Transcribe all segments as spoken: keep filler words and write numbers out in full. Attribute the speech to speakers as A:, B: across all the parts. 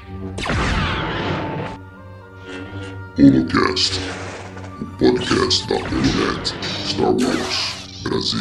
A: HoloCast, o podcast da Holonet Star Wars Brasil.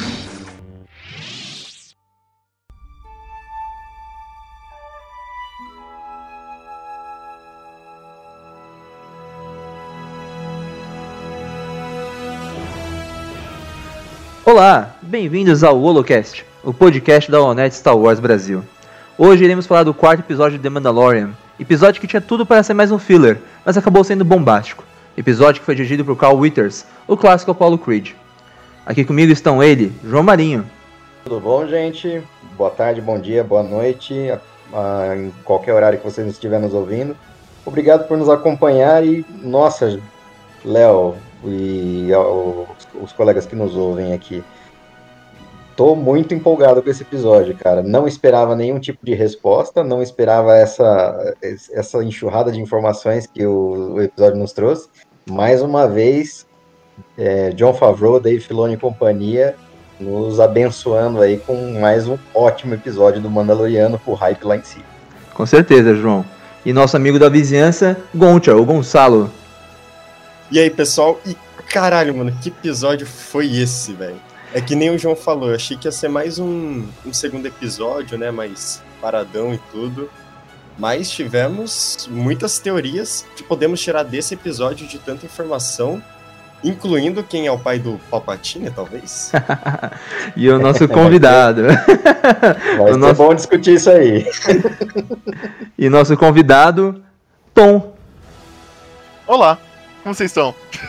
B: Olá, bem-vindos ao HoloCast, o podcast da Holonet Star Wars Brasil. Hoje iremos falar do quarto episódio de The Mandalorian, episódio que tinha tudo para ser mais um filler, mas acabou sendo bombástico. Episódio que foi dirigido por Carl Weathers, o clássico Apollo Creed. Aqui comigo estão ele, João Marinho.
C: Tudo bom, gente? Boa tarde, bom dia, boa noite, a, em qualquer horário que vocês estiverem nos ouvindo. Obrigado por nos acompanhar e, nossa, Léo e ó, os, os colegas que nos ouvem aqui, tô muito empolgado com esse episódio, cara. Não esperava nenhum tipo de resposta, não esperava essa, essa enxurrada de informações que o, o episódio nos trouxe. Mais uma vez, é, Jon Favreau, Dave Filoni e companhia nos abençoando aí com mais um ótimo episódio do Mandaloriano pro hype lá em cima.
B: Com certeza, João. E nosso amigo da vizinhança, Goncha, o Gonçalo.
D: E aí, pessoal? E caralho, mano, que episódio foi esse, velho? É que nem o João falou, eu achei que ia ser mais um, um segundo episódio, né, mais paradão e tudo. Mas tivemos muitas teorias que podemos tirar desse episódio de tanta informação, incluindo quem é o pai do Palpatine, talvez.
B: E o nosso convidado.
C: Vai ser nosso... bom discutir isso aí.
B: E nosso convidado, Tom.
E: Olá, como vocês estão?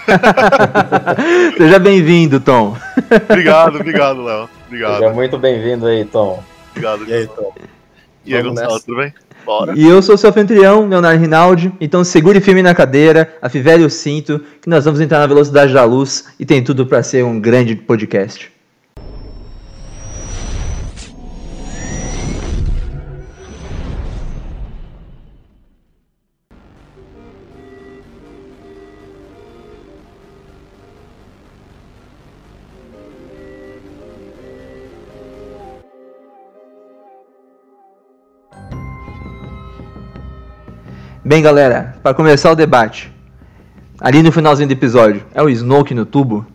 B: Seja bem-vindo, Tom.
E: Obrigado, obrigado, Léo. Obrigado.
C: Seja muito bem-vindo aí, Tom.
E: Obrigado.
D: E aí, Tom?
E: E aí, Gonçalo, tudo bem? Bora.
B: E eu sou seu anfitrião, Leonardo Rinaldi, então segure firme na cadeira, afivele o cinto, que nós vamos entrar na velocidade da luz e tem tudo para ser um grande podcast. Bem, galera, para começar o debate, ali no finalzinho do episódio, é o Snoke no tubo?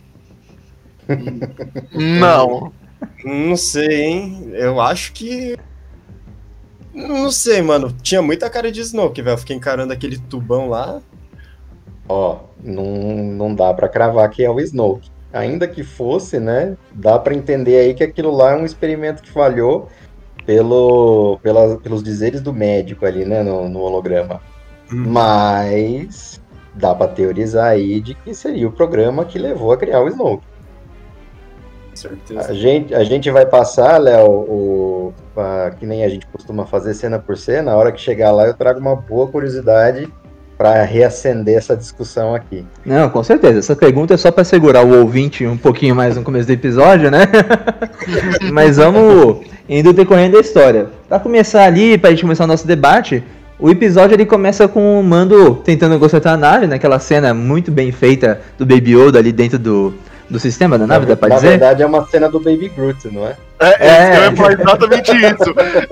E: Não.
D: Não sei, hein? Eu acho que... Não sei, mano. Tinha muita cara de Snoke, velho. Fiquei encarando aquele tubão lá.
C: Ó, não, não dá pra cravar que é o Snoke. Ainda que fosse, né, dá pra entender aí que aquilo lá é um experimento que falhou Pelo, pela, pelos dizeres do médico ali, né, no, no holograma. Hum. Mas dá pra teorizar aí de que seria o programa que levou a criar o Snoke.
D: Certeza.
C: A gente, a gente vai passar, Léo, o, a, que nem a gente costuma fazer cena por cena. A hora que chegar lá eu trago uma boa curiosidade para reacender essa discussão aqui.
B: Não, com certeza. Essa pergunta é só para segurar o ouvinte um pouquinho mais no começo do episódio, né? Mas vamos indo decorrendo da história. Para começar ali, para a gente começar o nosso debate, o episódio ele começa com o Mando tentando consertar a nave, naquela cena muito bem feita do Baby Yoda ali dentro do, do sistema da nave,
C: na,
B: dá pra
C: na
B: dizer?
C: Na verdade é uma cena do Baby Groot, não é?
E: É, é. Eu ia falar exatamente isso.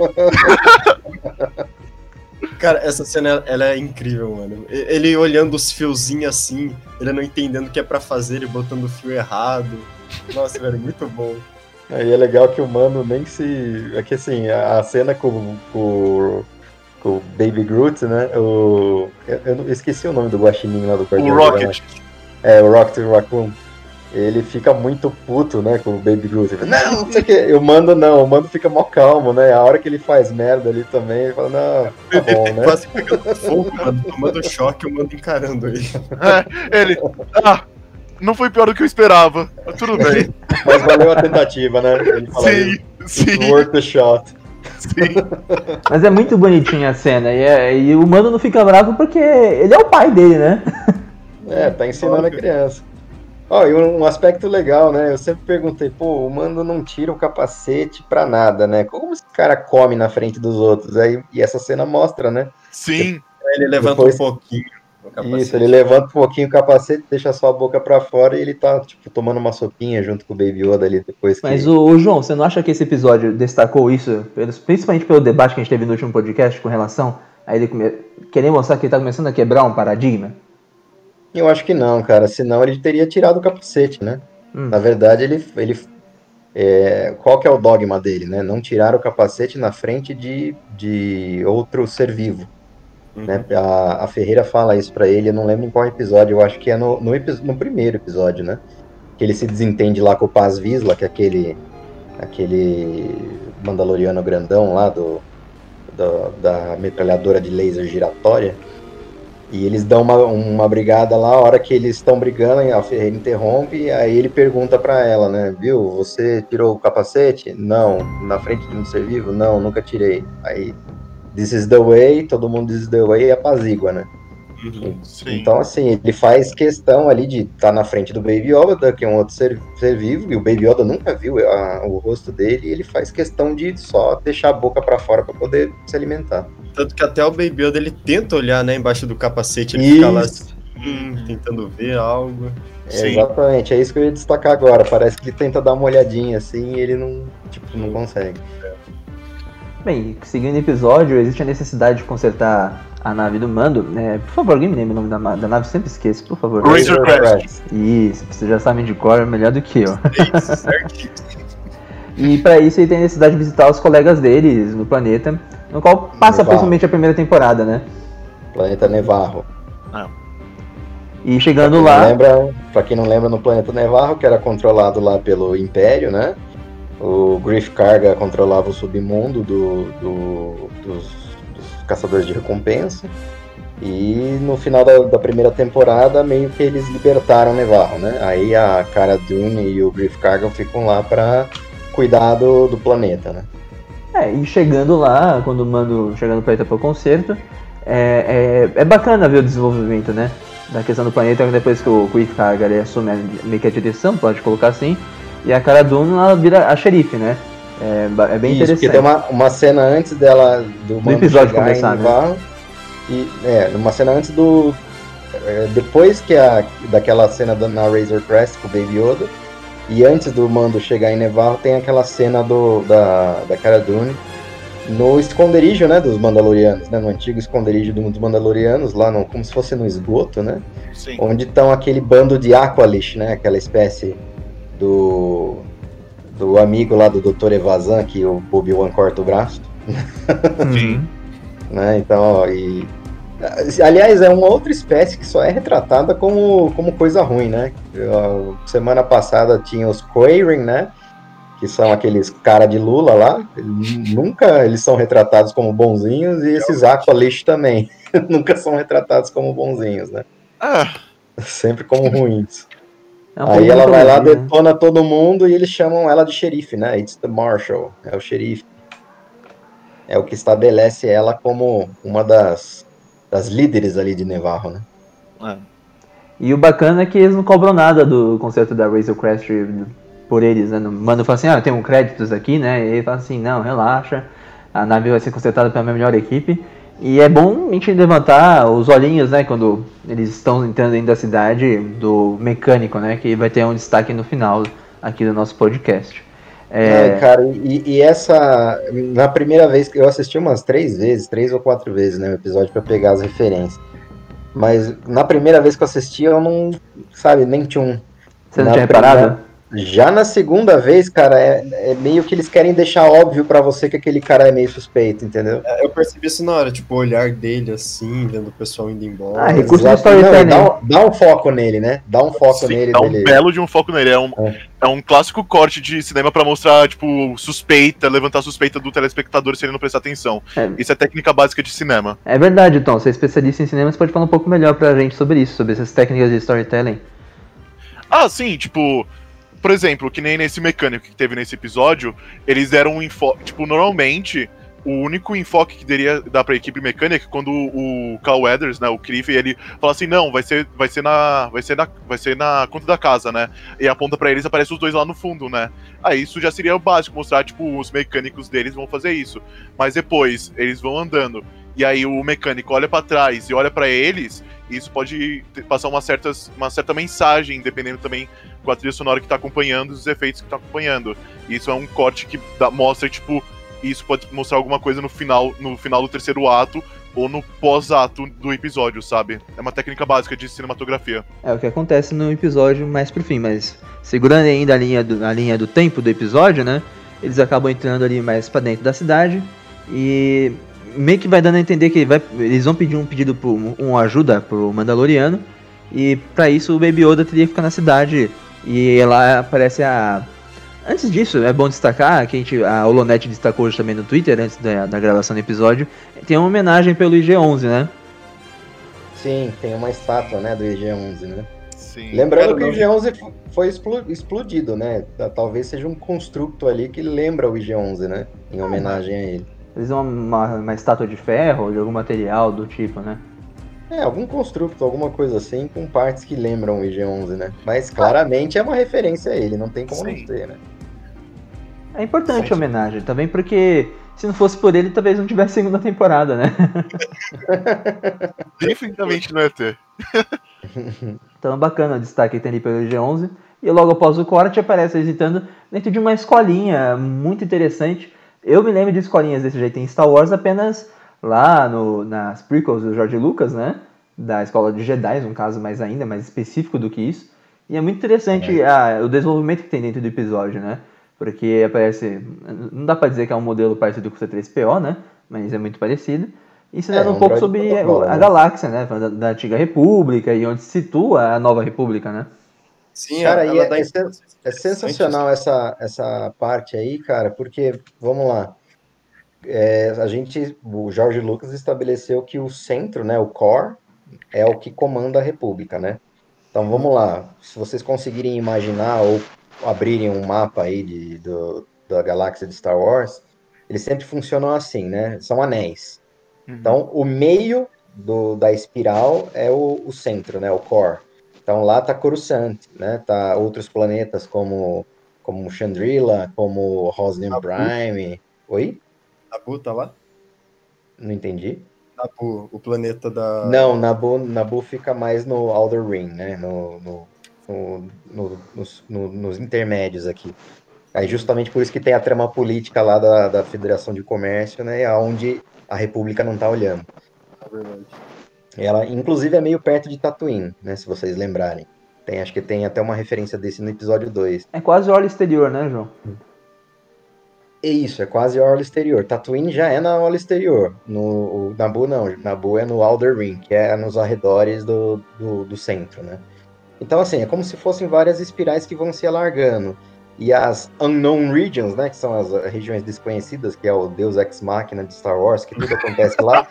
D: Cara, essa cena, ela é incrível, mano. Ele olhando os fiozinhos assim, ele não entendendo o que é pra fazer, ele botando o fio errado. Nossa, velho, muito bom.
C: Aí é legal que o Mando nem se... É que assim, a cena com, com, com o Baby Groot, né? O... Eu, eu esqueci o nome do guaxininho lá do Guardião.
E: O Rocket.
C: É, o Rocket Raccoon. Ele fica muito puto, né, com o Baby Groot. Ele fala, não, não sei o que. O Mando não, o Mando fica mó calmo, né? A hora que ele faz merda ali também, ele fala, não, tá bom, né?
D: Quase pegando fogo, mano, tomando choque, o Mando encarando ele.
E: É, ele... Ah, não foi pior do que eu esperava. Mas tudo bem.
C: Mas valeu a tentativa, né? Ele fala,
E: sim, sim.
C: Worth the shot.
E: Sim.
B: Mas é muito bonitinha a cena. E, é, e o Mando não fica bravo porque ele é o pai dele, né?
C: É, tá ensinando a criança. Ó, oh, e um aspecto legal, né? Eu sempre perguntei, pô, o Mando não tira o capacete pra nada, né? Como esse cara come na frente dos outros? Aí, e essa cena mostra, né?
E: Sim.
D: Ele levanta Depois... um pouquinho.
C: Isso, ele levanta um pouquinho o capacete, deixa só a boca pra fora e ele tá, tipo, tomando uma sopinha junto com o Baby Yoda ali depois que...
B: Mas, o, o João, você não acha que esse episódio destacou isso, principalmente pelo debate que a gente teve no último podcast com relação Aí ele come... querer mostrar que ele tá começando a quebrar um paradigma?
C: Eu acho que não, cara. Senão ele teria tirado o capacete, né?
B: Hum.
C: Na verdade, ele... ele é... Qual que é o dogma dele, né? Não tirar o capacete na frente de, de outro ser vivo.
D: Uhum.
C: Né? A, a Ferreira fala isso pra ele, eu não lembro em qual episódio, eu acho que é no, no, no primeiro episódio, né? Que ele se desentende lá com o Paz Vizsla, que é aquele, aquele Mandaloriano grandão lá do, do, da metralhadora de laser giratória. E eles dão uma, uma brigada lá, a hora que eles estão brigando, a Ferreira interrompe, aí ele pergunta pra ela, né? Viu, você tirou o capacete? Não. Na frente de um ser vivo? Não, nunca tirei. Aí, this is the way, todo mundo this is the way, e apazigua, né?
D: Uhum.
E: Sim.
C: Então, assim, ele faz questão ali de estar tá na frente do Baby Yoda, que é um outro ser, ser vivo, e o Baby Yoda nunca viu a, o rosto dele, e ele faz questão de só deixar a boca pra fora pra poder se alimentar.
D: Tanto que até o Baby Yoda, ele tenta olhar, né, embaixo do capacete, ele
C: Isso.
D: fica lá assim, hum, tentando ver algo.
E: Sim.
C: Exatamente, é isso que eu ia destacar agora. Parece que ele tenta dar uma olhadinha assim e ele não, tipo, não consegue.
B: Bem, seguindo o episódio, existe a necessidade de consertar a nave do Mando. É, por favor, alguém me lembra o nome da, ma- da nave? Sempre esqueço, por favor.
E: Razor Crest.
B: Isso, vocês já sabem de cor, melhor do que eu.
D: É isso, certinho.
B: E pra isso ele tem necessidade de visitar os colegas deles no planeta, no qual passa
C: Nevarro.
B: principalmente a primeira temporada, né?
C: Planeta Nevarro.
B: E chegando
C: Pra quem
B: lá,
C: não lembra, pra quem não lembra, no planeta Nevarro, que era controlado lá pelo Império, né? O Griff Karga controlava o submundo do, do- dos, dos caçadores de recompensa. E no final da, da primeira temporada, meio que eles libertaram Nevarro, né? Aí a Cara Dune e o Griff Karga ficam lá pra cuidar do, do planeta, né?
B: é, e chegando lá, quando o Mando chega no planeta pro concerto, é, é, é bacana ver o desenvolvimento, né? Da questão do planeta, depois que o Griff Karga ele assume a, meio que a direção, pode colocar assim, e a Cara Dune ela vira a xerife, né? É, ba- é bem
C: Isso, porque
B: interessante.
C: tem uma, uma cena antes dela do Mando
B: episódio
C: chegar
B: começar,
C: em
B: né?
C: Nevarro, e é, uma cena antes do é, depois que a daquela cena da, na Razor Crest com o Baby Yoda e antes do Mando chegar em Nevarro tem aquela cena do da da Cara Dune no esconderijo, né, dos Mandalorianos, né, no antigo esconderijo do- dos Mandalorianos lá no, como se fosse no esgoto, né?
E: Sim.
C: Onde estão aquele bando de Aqualish, né? Aquela espécie do, do amigo lá do doutor Evazan, que o Obi-Wan corta o braço,
B: Uhum.
C: né? Então, ó, e... Aliás, é uma outra espécie que só é retratada como, como coisa ruim, né? Eu, semana passada tinha os Quairing, né? Que são aqueles cara de Lula lá. Nunca eles são retratados como bonzinhos, e esses Aqualish também. Nunca são retratados como bonzinhos, né?
E: Ah,
C: Sempre como ruins.
B: É um
C: Aí
B: pouco
C: ela
B: de
C: vai lá,
B: mitologia, né?
C: detona todo mundo e eles chamam ela de xerife, né? It's the Marshal, é o xerife. É o que estabelece ela como uma das, das líderes ali de Nevarro, né?
E: é.
B: E o bacana é que eles não cobram nada do concerto da Razor Crest por eles, né? O Mando fala assim, ah, eu tenho créditos aqui, né? E ele fala assim, não, relaxa, a nave vai ser consertada pela minha melhor equipe. E é bom a gente levantar os olhinhos, né, quando eles estão entrando dentro da cidade do mecânico, né? Que vai ter um destaque no final aqui do nosso podcast. É,
C: Ai, cara, e, e essa, na primeira vez que eu assisti umas três vezes, três ou quatro vezes, né, o episódio pra pegar as referências. Mas na primeira vez que eu assisti, eu não, sabe, nem tinha um.
B: você não
C: Na
B: tinha
C: primeira-
B: reparado?
C: Já na segunda vez, cara, é, é meio que eles querem deixar óbvio pra você que aquele cara é meio suspeito, entendeu?
D: Eu percebi isso na hora, tipo, o olhar dele assim, vendo o pessoal indo embora.
B: Ah, recurso de
C: Exato. Não,
B: storytelling.
C: dá, um, dá um foco nele, né? Dá um foco
E: Sim,
C: nele.
E: dá um
C: dele.
E: belo de um foco nele. É um,
C: É.
E: é um clássico corte de cinema pra mostrar, tipo, suspeita, levantar a suspeita do telespectador se ele não prestar atenção.
B: É.
E: Isso é técnica básica de cinema.
B: É verdade, Tom. Você é especialista em cinema, você pode falar um pouco melhor pra gente sobre isso, sobre essas técnicas de storytelling.
E: Ah, sim, tipo, por exemplo, que nem nesse mecânico que teve nesse episódio, eles deram um enfoque. Tipo, normalmente, o único enfoque que deveria dar pra equipe mecânica é quando o Carl Weathers, né, o Criff, ele fala assim, não, vai ser, vai ser na. Vai ser na. Vai ser na conta da casa, né? E aponta pra eles e aparece os dois lá no fundo, né? Aí isso já seria o básico, mostrar, tipo, os mecânicos deles vão fazer isso. Mas depois, eles vão andando. E aí o mecânico olha pra trás e olha pra eles, e isso pode ter- passar uma, certas, uma certa mensagem, dependendo também com a trilha sonora que tá acompanhando e os efeitos que tá acompanhando. E isso é um corte que dá- mostra, tipo, isso pode mostrar alguma coisa no final, no final do terceiro ato, ou no pós-ato do episódio, sabe? É uma técnica básica de cinematografia.
B: É o que acontece no episódio mais pro fim, mas segurando ainda a linha do, a linha do tempo do episódio, né? Eles acabam entrando ali mais pra dentro da cidade e meio que vai dando a entender que vai, eles vão pedir um pedido por uma ajuda pro Mandaloriano e pra isso o Baby Yoda teria que ficar na cidade e lá aparece a... Antes disso, é bom destacar, que a, gente, a Holonet destacou hoje também no Twitter, antes da, da gravação do episódio, tem uma homenagem pelo I G onze, né?
C: Sim, tem uma estátua, né, do I G onze, né?
E: Sim.
C: Lembrando
E: Cara,
C: que o
E: não-
C: I G onze foi explo- explodido, né? Talvez seja um construto ali que lembra o I G onze, né? Em homenagem a ele.
B: Eles usam uma, uma estátua de ferro, de algum material do tipo, né?
C: É, algum construto, alguma coisa assim, com partes que lembram o I G onze, né? Mas claramente é uma referência a ele, não tem como
E: Sim.
C: não ser, né?
B: É importante a homenagem também, porque se não fosse por ele, talvez não tivesse segunda temporada, né?
E: Definitivamente não ia ter.
B: Então é bacana o destaque que tem ali pelo I G onze. E logo após o corte aparece visitando dentro de uma escolinha muito interessante. Eu me lembro de escolinhas desse jeito em Star Wars apenas lá no, nas prequels do George Lucas, né? Da escola de Jedi, um caso mais ainda, mais específico do que isso. E é muito interessante a, o desenvolvimento que tem dentro do episódio, né? Porque aparece... Não dá pra dizer que é um modelo parecido com o C três P O, né? Mas é muito parecido. Ensinando
C: É,
B: um
C: um
B: pouco
C: droid
B: sobre
C: protocolo,
B: a
C: né?
B: galáxia, né? Da, da antiga república e onde se situa a nova república, né?
D: Sim,
C: Cara,
D: ela
C: e é,
D: dá
C: é sen-
D: informações
C: é
D: interessantes.
C: sensacional essa, essa parte aí, cara, porque, vamos lá, é, a gente, o George Lucas estabeleceu que o centro, né, o core, é o que comanda a República, né? Então vamos lá, se vocês conseguirem imaginar ou abrirem um mapa aí de, do- da galáxia de Star Wars, eles sempre funcionam assim, né? São anéis. Então o meio do, da espiral é o, o centro, né? O core. Então lá tá Coruscant, né? Tá outros planetas como como Chandrila, como Rosnian Prime. Oi?
D: Nabu tá lá?
C: Não entendi.
D: Nabu, o planeta da...
C: Não, Nabu, Nabu fica mais no Outer Rim, né? No, no, no- no- nos, no- nos intermédios aqui. Aí justamente por isso que tem a trama política lá da, da Federação de Comércio, né? Onde a República não tá olhando.
D: Na verdade.
C: Ela, inclusive, é meio perto de Tatooine, né? Se vocês lembrarem. Tem, acho que tem até uma referência desse no episódio dois.
B: É quase o orla exterior, né, João?
C: É isso, é quase a orla exterior. Tatooine já é na orla exterior. No o Naboo não, Naboo é no Outer Rim, que é nos arredores do, do, do centro, né? Então, assim, é como se fossem várias espirais que vão se alargando. E as Unknown Regions, né, que são as uh, regiões desconhecidas, que é o Deus Ex Machina de Star Wars, que tudo acontece lá.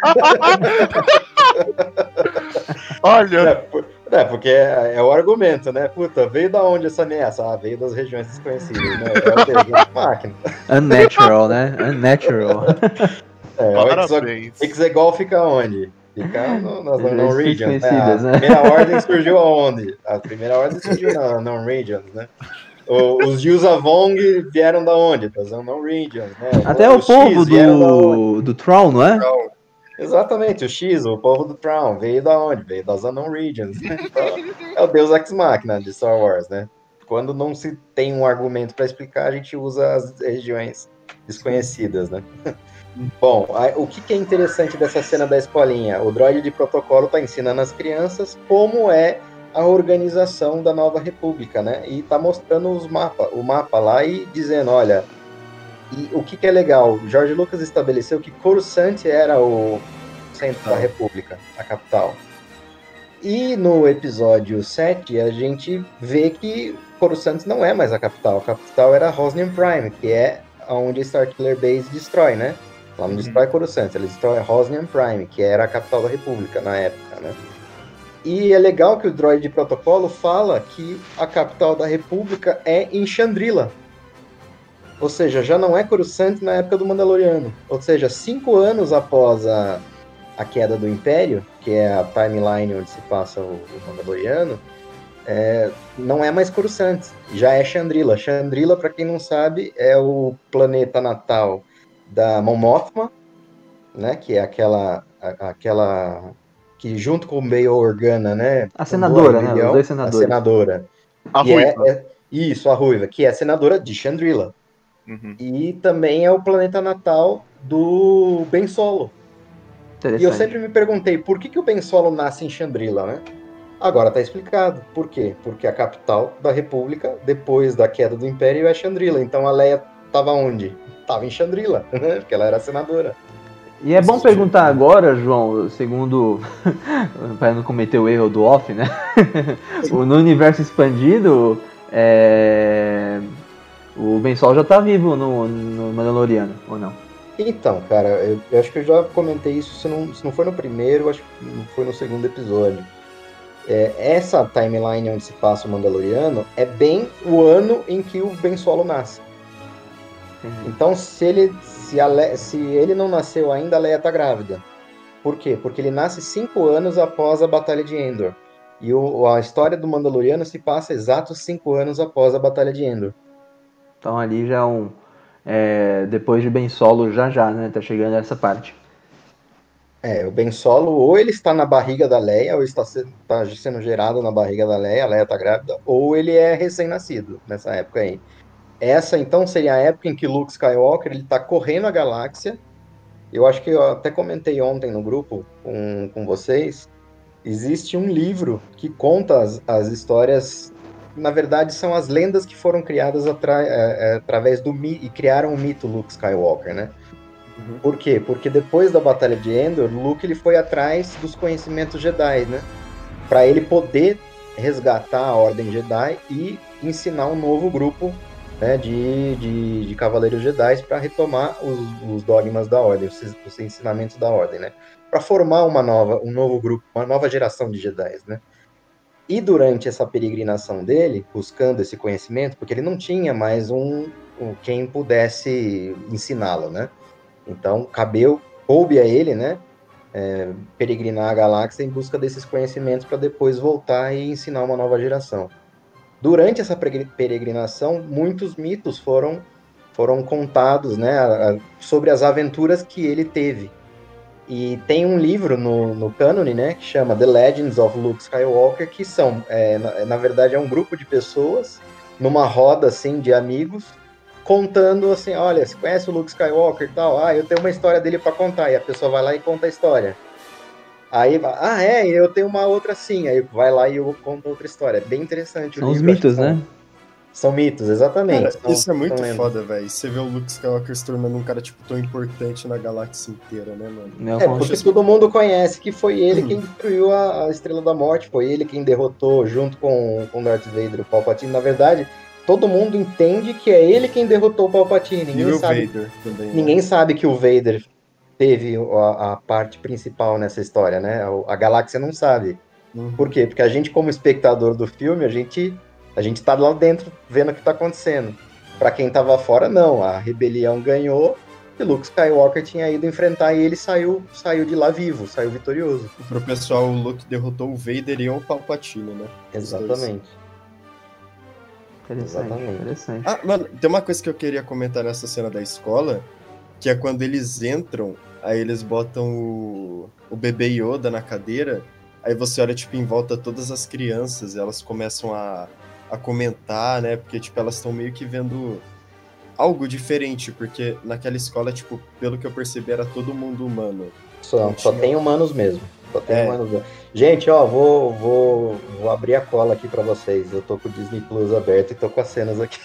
E: Olha,
C: É, por- é, porque é, é o argumento, né? Puta, veio da onde essa ameaça? Ah, veio das regiões desconhecidas, né? É o Deus Ex Machina.
B: Unnatural, né? Unnatural.
C: É, o Ex-
E: parabéns.
C: Exegol fica onde? Fica no, nas
B: Regiões
C: Unknown Regions, né?
B: desconhecidas,
C: A
B: né?
C: primeira ordem surgiu aonde? A primeira ordem surgiu nas Unknown Regions, né? O- os Yuzavong vieram da onde? Das Unknown Regions, né?
B: Até
C: Os
B: o povo
C: X vieram da onde?
B: do, do Tron, não é?
C: Exatamente, o X, o povo do Traum, veio da onde? Veio das Unknown Regions, né? Então, é o Deus Ex Machina de Star Wars, né? Quando não se tem um argumento para explicar, a gente usa as regiões desconhecidas, né? Bom, a- o que, que é interessante dessa cena da escolinha? O droide de protocolo está ensinando as crianças como é a organização da nova república, né? E tá mostrando os mapa, o mapa lá e dizendo, olha, e o que, que é legal? George Lucas estabeleceu que Coruscant era o centro da república, a capital. E no episódio sete, a gente vê que Coruscant não é mais a capital. A capital era Rosnian Prime, que é onde a Starkiller Base destrói, né? Ela não
E: Uhum.
C: destrói Coruscant, ela destrói Rosnian Prime, que era a capital da república na época, né? E é legal que o droid de protocolo fala que a capital da república é em Chandrila. Ou seja, já não é Coruscant na época do Mandaloriano. Ou seja, cinco anos após a, a queda do Império, que é a timeline onde se passa o, o Mandaloriano, é, não é mais Coruscant, já é Chandrila. Chandrila, para quem não sabe, é o planeta natal da Mon Mothma, né, que é aquela, a- aquela que junto com o Bail Organa, né,
B: A
C: fundou
B: senadora, né?
C: rebelião,
B: Os dois
C: a
B: senadores.
C: senadora.
E: A
C: que é-
E: ruiva.
C: é- isso, a Ruiva, que é senadora de Chandrila.
E: Uhum.
C: E também é o planeta natal do Ben Solo. E eu sempre me perguntei, por que, que o Ben Solo nasce em Chandrila, né? Agora tá explicado. Por quê? Porque a capital da República, depois da queda do Império, é Chandrila. Então a Leia tava onde? Tava em Chandrila, né? Porque ela era senadora.
B: E é bom perguntar agora, João, segundo, para não cometer o erro do off, né? No universo expandido, é... o Ben Solo já tá vivo no, no Mandaloriano, ou não?
C: Então, cara, eu, eu acho que eu já comentei isso, se não, se não foi no primeiro, acho que foi no segundo episódio. É, essa timeline onde se passa o Mandaloriano é bem o ano em que o Ben Solo nasce. Uhum. Então, se ele, se, a Le, se ele não nasceu ainda, a Leia tá grávida. Por quê? Porque ele nasce cinco anos após a Batalha de Endor. E o, a história do Mandaloriano se passa exatos cinco anos após a Batalha de Endor.
B: Então ali já é um... É, depois de Ben Solo já já, né? Tá chegando essa parte.
C: É, o Ben Solo ou ele está na barriga da Leia, ou está se, tá sendo gerado na barriga da Leia, a Leia tá grávida, ou ele é recém-nascido nessa época aí. Essa, então, seria a época em que Luke Skywalker ele tá correndo a galáxia. Eu acho que eu até comentei ontem no grupo com, com vocês. Existe um livro que conta as, as histórias, na verdade, são as lendas que foram criadas atra, é, é, através do mito, e criaram o mito Luke Skywalker, né? Uhum. Por quê? Porque depois da Batalha de Endor, Luke ele foi atrás dos conhecimentos Jedi, né? Para ele poder resgatar a Ordem Jedi e ensinar um novo grupo, né, de, de, de Cavaleiros Jedi para retomar os, os dogmas da Ordem, os, os ensinamentos da Ordem, né? Para formar uma nova, um novo grupo, uma nova geração de Jedi, né? E durante essa peregrinação dele, buscando esse conhecimento, porque ele não tinha mais um, um quem pudesse ensiná-lo, né? Então, cabeu, coube a ele, né, é, peregrinar a galáxia em busca desses conhecimentos para depois voltar e ensinar uma nova geração. Durante essa peregrinação, muitos mitos foram, foram contados, né, sobre as aventuras que ele teve. E tem um livro no, no cânone, né, que chama The Legends of Luke Skywalker, que são, é, na, na verdade, é um grupo de pessoas numa roda, assim, de amigos, contando assim, olha, você conhece o Luke Skywalker e tal? Ah, eu tenho uma história dele para contar. E a pessoa vai lá e conta a história. Aí, ah, é, eu tenho uma outra sim. Aí vai lá e eu conto outra história. É bem interessante.
B: São os mitos, né?
C: São mitos, exatamente.
D: Cara,
C: são,
D: isso é muito foda, velho. Você vê o Luke Skywalker se tornando um cara, tipo, tão importante na galáxia inteira, né, mano?
C: É, porque todo mundo conhece que foi ele quem destruiu a, a Estrela da Morte. Foi ele quem derrotou, junto com o Darth Vader, o Palpatine. Na verdade... Todo mundo entende que é ele quem derrotou o Palpatine. Ninguém,
D: e
C: sabe,
D: o Vader também,
C: ninguém
D: né?
C: sabe que o Vader teve a, a parte principal nessa história, né? A, a galáxia não sabe. Uhum. Por quê? Porque a gente, como espectador do filme, a gente, a gente tá lá dentro vendo o que tá acontecendo. Pra quem tava fora, não. A rebelião ganhou e Luke Skywalker tinha ido enfrentar e ele saiu, saiu de lá vivo, saiu vitorioso.
D: Pro pessoal, o Luke derrotou o Vader e o Palpatine, né?
C: Exatamente.
B: Interessante,
C: Exatamente.
B: interessante.
D: Ah, mano, tem uma coisa que eu queria comentar nessa cena da escola, que é quando eles entram, aí eles botam o, o bebê Yoda na cadeira, aí você olha, tipo, em volta todas as crianças, elas começam a, a comentar, né, porque, tipo, elas estão meio que vendo algo diferente, porque naquela escola, tipo, pelo que eu percebi, era todo mundo humano.
C: Só, só tinha... tem humanos mesmo. Só tem é. humanos mesmo. Gente, ó, vou, vou, vou abrir a cola aqui pra vocês. Eu tô com o Disney Plus aberto e tô com as cenas aqui.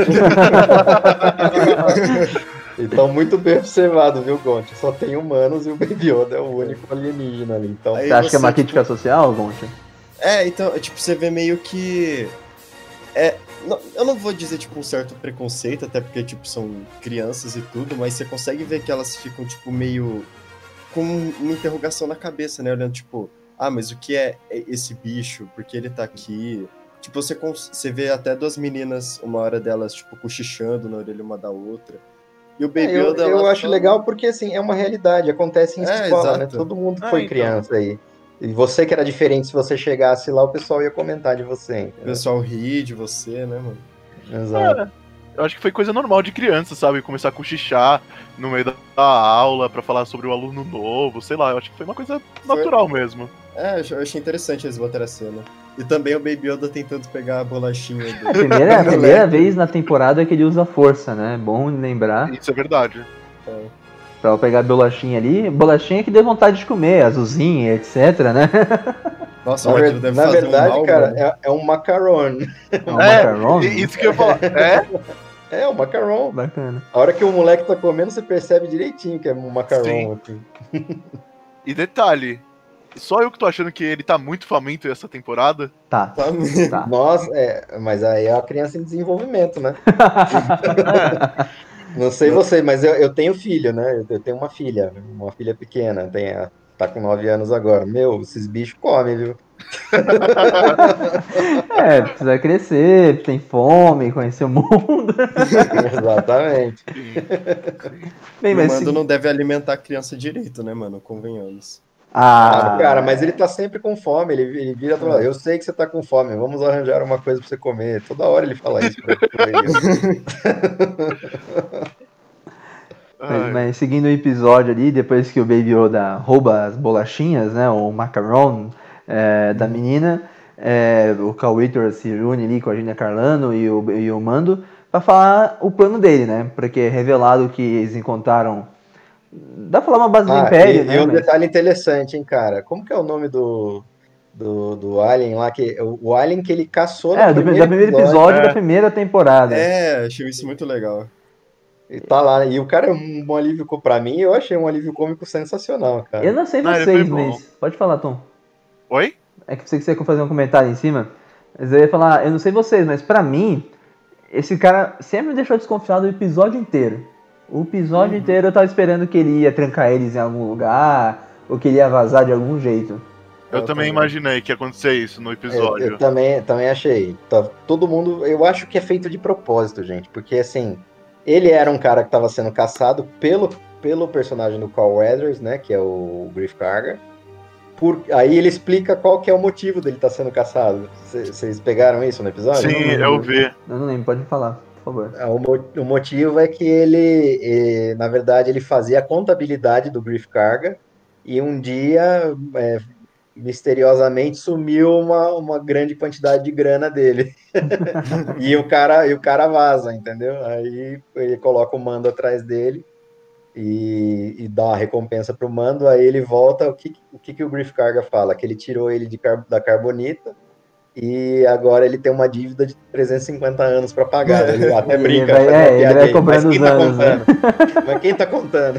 C: Então, muito bem observado, viu, Gonti? Só tem humanos e o Baby Yoda é o único alienígena ali. Então...
B: Você acha que é uma crítica tipo... social, Gonti?
D: É, então, tipo, você vê meio que... É, não, eu não vou dizer, tipo, um certo preconceito, até porque, tipo, são crianças e tudo, mas você consegue ver que elas ficam, tipo, meio... com uma interrogação na cabeça, né? Olhando, tipo, ah, mas o que é esse bicho? Por que ele tá aqui? Tipo, você, você vê até duas meninas, uma hora delas, tipo, cochichando na orelha uma da outra. E o Baby
C: é, eu,
D: Yoda...
C: Eu acho legal porque, assim, é uma realidade, acontece em é, escola, exato. Né? Todo mundo ah, foi então. criança aí. E você que era diferente, se você chegasse lá, o pessoal ia comentar de você. Entendeu?
D: O pessoal ri de você, né, mano?
C: Exato.
E: É. Eu acho que foi coisa normal de criança, sabe? Começar a cochichar no meio da aula pra falar sobre o aluno novo, sei lá. Eu acho que foi uma coisa natural foi... mesmo.
D: É, eu achei interessante eles botarem a cena. E também o Baby Yoda tentando pegar a bolachinha dele.
B: É a primeira, a primeira vez na temporada que ele usa força, né? Bom lembrar.
E: Isso é verdade.
B: É. Pra ela pegar a bolachinha ali, bolachinha que deu vontade de comer, azulzinha, etc, né?
D: Nossa,
C: Na,
D: o
C: ver-
D: Arthur deve
C: na
D: fazer
C: verdade,
D: um mal,
C: cara,
D: mano.
C: é, é um macaron.
B: É um
E: É,
B: macarrão.
E: i- isso que eu ia falar. É?
C: É um macaron.
B: Bacana.
C: A hora que o moleque tá comendo, você percebe direitinho que é um macaron. Assim.
E: E detalhe, só eu que tô achando que ele tá muito faminto essa temporada.
B: Tá,
D: Tá mesmo.
B: tá.
C: Nossa, é, mas aí é a criança em desenvolvimento, né? Não sei você, mas eu, eu tenho filho, né? Eu, eu tenho uma filha, uma filha pequena, tem a- tá com nove anos agora. Meu, esses bichos comem, viu?
B: É, precisa crescer, tem fome, conhecer o mundo.
C: Exatamente.
B: Bem,
D: O
B: mas.
D: Mando
B: se-
D: não deve alimentar a criança direito, né, mano? Convenhamos.
C: Ah,
B: Ah,
C: cara, mas ele tá sempre com fome. Ele, ele vira e fala: Eu sei que você tá com fome, vamos arranjar uma coisa pra você comer. Toda hora ele fala isso pra, pra ele.
B: Mas,
E: Ai,
B: mas seguindo o episódio ali, depois que o Baby Yoda rouba as bolachinhas, né, o macaron é, da menina, é, o Cal Ritter se une ali com a Gina Carlano e o, e o Mando pra falar o plano dele, né, porque é revelado que eles encontraram, dá pra falar uma base do
C: Ah,
B: Império,
C: e,
B: né,
C: e um
B: mas-
C: detalhe interessante, hein, cara? Como que é o nome do, do, do Alien lá? Que, o, o Alien que ele caçou
B: é,
C: no
B: do,
C: primeiro
B: da primeiro episódio
E: É.
B: da primeira temporada.
D: É, achei isso muito legal.
C: E tá lá. E o cara é um, um alívio cômico. Pra mim, eu achei um alívio cômico sensacional, cara.
B: Eu não sei
E: Não, ele
B: vocês,
E: foi bom.
B: mas pode falar, Tom.
E: Oi?
B: É que você quiser fazer um comentário em cima, mas eu ia falar, eu não sei vocês, mas pra mim, esse cara sempre me deixou desconfiado o episódio inteiro. O episódio inteiro eu tava esperando que ele ia trancar eles em algum lugar, ou que ele ia vazar de algum jeito.
E: Eu,
D: Eu
E: também
D: também.
E: imaginei que ia acontecer isso no
C: Eu,
E: episódio.
C: eu também, também achei. Tá, todo mundo. Eu acho que é feito de propósito, gente. Porque assim, ele era um cara que tava sendo caçado pelo, pelo personagem do Carl Weathers, né? Que é o Griff Karga. Por, aí ele explica qual que é o motivo dele estar sendo caçado. C- Vocês pegaram isso no episódio?
E: Sim, eu vi.
B: Eu não lembro, pode falar, por favor.
C: Ah, O, mo- o motivo é que ele, eh, na verdade, ele fazia a contabilidade do Griff Karga e um dia, eh, misteriosamente, sumiu uma, uma grande quantidade de grana dele. E o cara, e o cara vaza, entendeu? Aí ele coloca o Mando atrás dele e, e dá uma recompensa pro Mando, aí ele volta, o que, o que, que o Griff Karga fala? Que ele tirou ele de car- da Carbonita e agora ele tem uma dívida de trezentos e cinquenta anos para pagar. Ele até
B: Ele
C: brinca,
B: vai-
C: faz uma
B: é, ele vai
C: piadinha,
B: cobrando
C: mas quem
B: os
C: tá
B: anos, né?"
C: contando? Mas quem tá contando?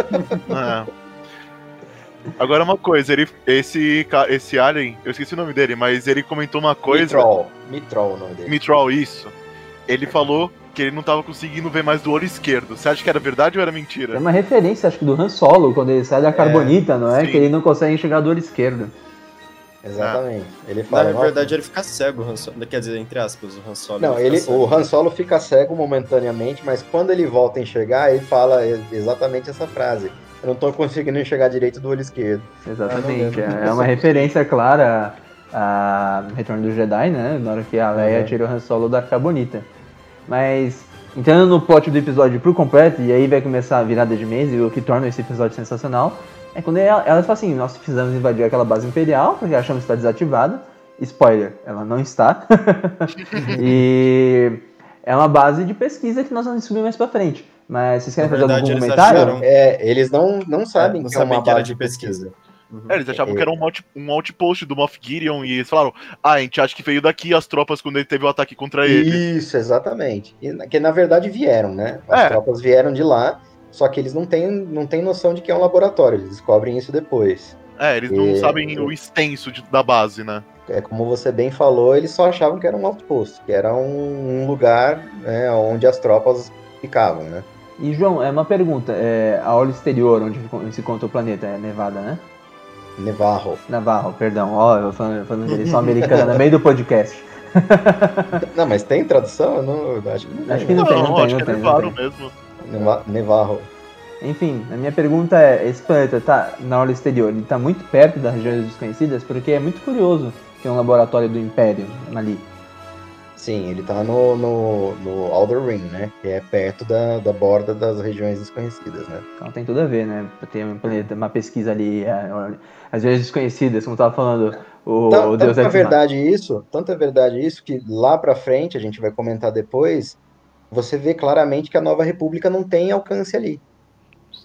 E: É. Agora uma coisa, ele, esse, ca- esse alien, eu esqueci o nome dele, mas ele comentou uma coisa.
C: Mitrol. Mitrol o nome dele.
E: Mitrol, isso. Ele falou que ele não tava conseguindo ver mais do olho esquerdo. Você acha que era verdade ou era
B: É
E: mentira?
B: uma referência, acho que do Han Solo, quando ele sai da Carbonita, não é?
E: sim.
B: Que ele não consegue enxergar do olho esquerdo.
C: Exatamente. Ele
D: Na
C: fala, "Nossa,
D: verdade, ele fica cego, o Han Solo. Quer dizer, entre aspas, o Han Solo.
C: Não,
D: fica
C: ele,
D: cego.
C: o Han Solo fica cego momentaneamente, mas quando ele volta a enxergar, ele fala exatamente essa frase. Eu não tô conseguindo enxergar direito do olho esquerdo.
B: Exatamente.
D: Ah, não, não.
B: É uma referência clara a Retorno do Jedi, né? Na hora que a Leia
C: Uhum.
B: tira o Han Solo da Carbonita. Mas, entrando no plot do episódio por completo, e aí vai começar a virada de mês, e o que torna esse episódio sensacional, é quando ela, ela fala assim, nós precisamos invadir aquela base imperial, porque achamos que está desativada. Spoiler, ela não está. E é uma base de pesquisa que nós vamos descobrir mais pra frente. Mas vocês querem
D: Na
B: fazer
D: verdade,
B: algum
D: eles
B: comentário?
D: acharam-
C: É, eles não, não sabem
D: não
C: que é
D: sabem
C: uma
D: que era
C: base
D: de pesquisa. Uhum.
E: É, eles achavam que era um, out, um outpost do Moff Gideon e eles falaram: ah, a gente acha que veio daqui as tropas quando ele teve o ataque contra ele.
C: Isso, exatamente. E, que na verdade vieram, né? As
E: É.
C: tropas vieram de lá, só que eles não têm, não têm noção de que é um laboratório, eles descobrem isso depois.
E: É, eles não
C: E-
E: sabem o extenso de- da base, né?
C: É como você bem falou, eles só achavam que era um outpost, que era um, um lugar, né, onde as tropas ficavam, né?
B: E João, é uma pergunta. É, a orla exterior, onde se encontra o planeta, é Nevada, né?
C: Nevarro.
B: Navarro, perdão. Ó, eu falando, falando de eleição americana no meio do podcast.
C: Não, mas tem tradução? Eu não, eu acho que não tem.
B: Acho que
C: né?
B: não tem, não tem,
E: acho
B: não
E: que
B: tem,
E: é
B: não
E: Nevarro
B: tem.
E: mesmo.
C: Neva- Nevarro.
B: Enfim, a minha pergunta é, esse planeta tá na orla exterior, ele tá muito perto das regiões desconhecidas, porque é muito curioso ter um laboratório do Império ali.
C: Sim, ele tá no, no, no Outer Rim, né? Que é perto da, da borda das regiões desconhecidas, né?
B: Então tem tudo a ver, né? Pra ter um planeta, uma pesquisa ali, é, às vezes desconhecidas, como tava falando o,
C: Tan-
B: o Deus
C: tanto é
B: Ex
C: verdade isso, tanto é verdade isso que lá pra frente, a gente vai comentar depois, você vê claramente que a Nova República não tem alcance ali.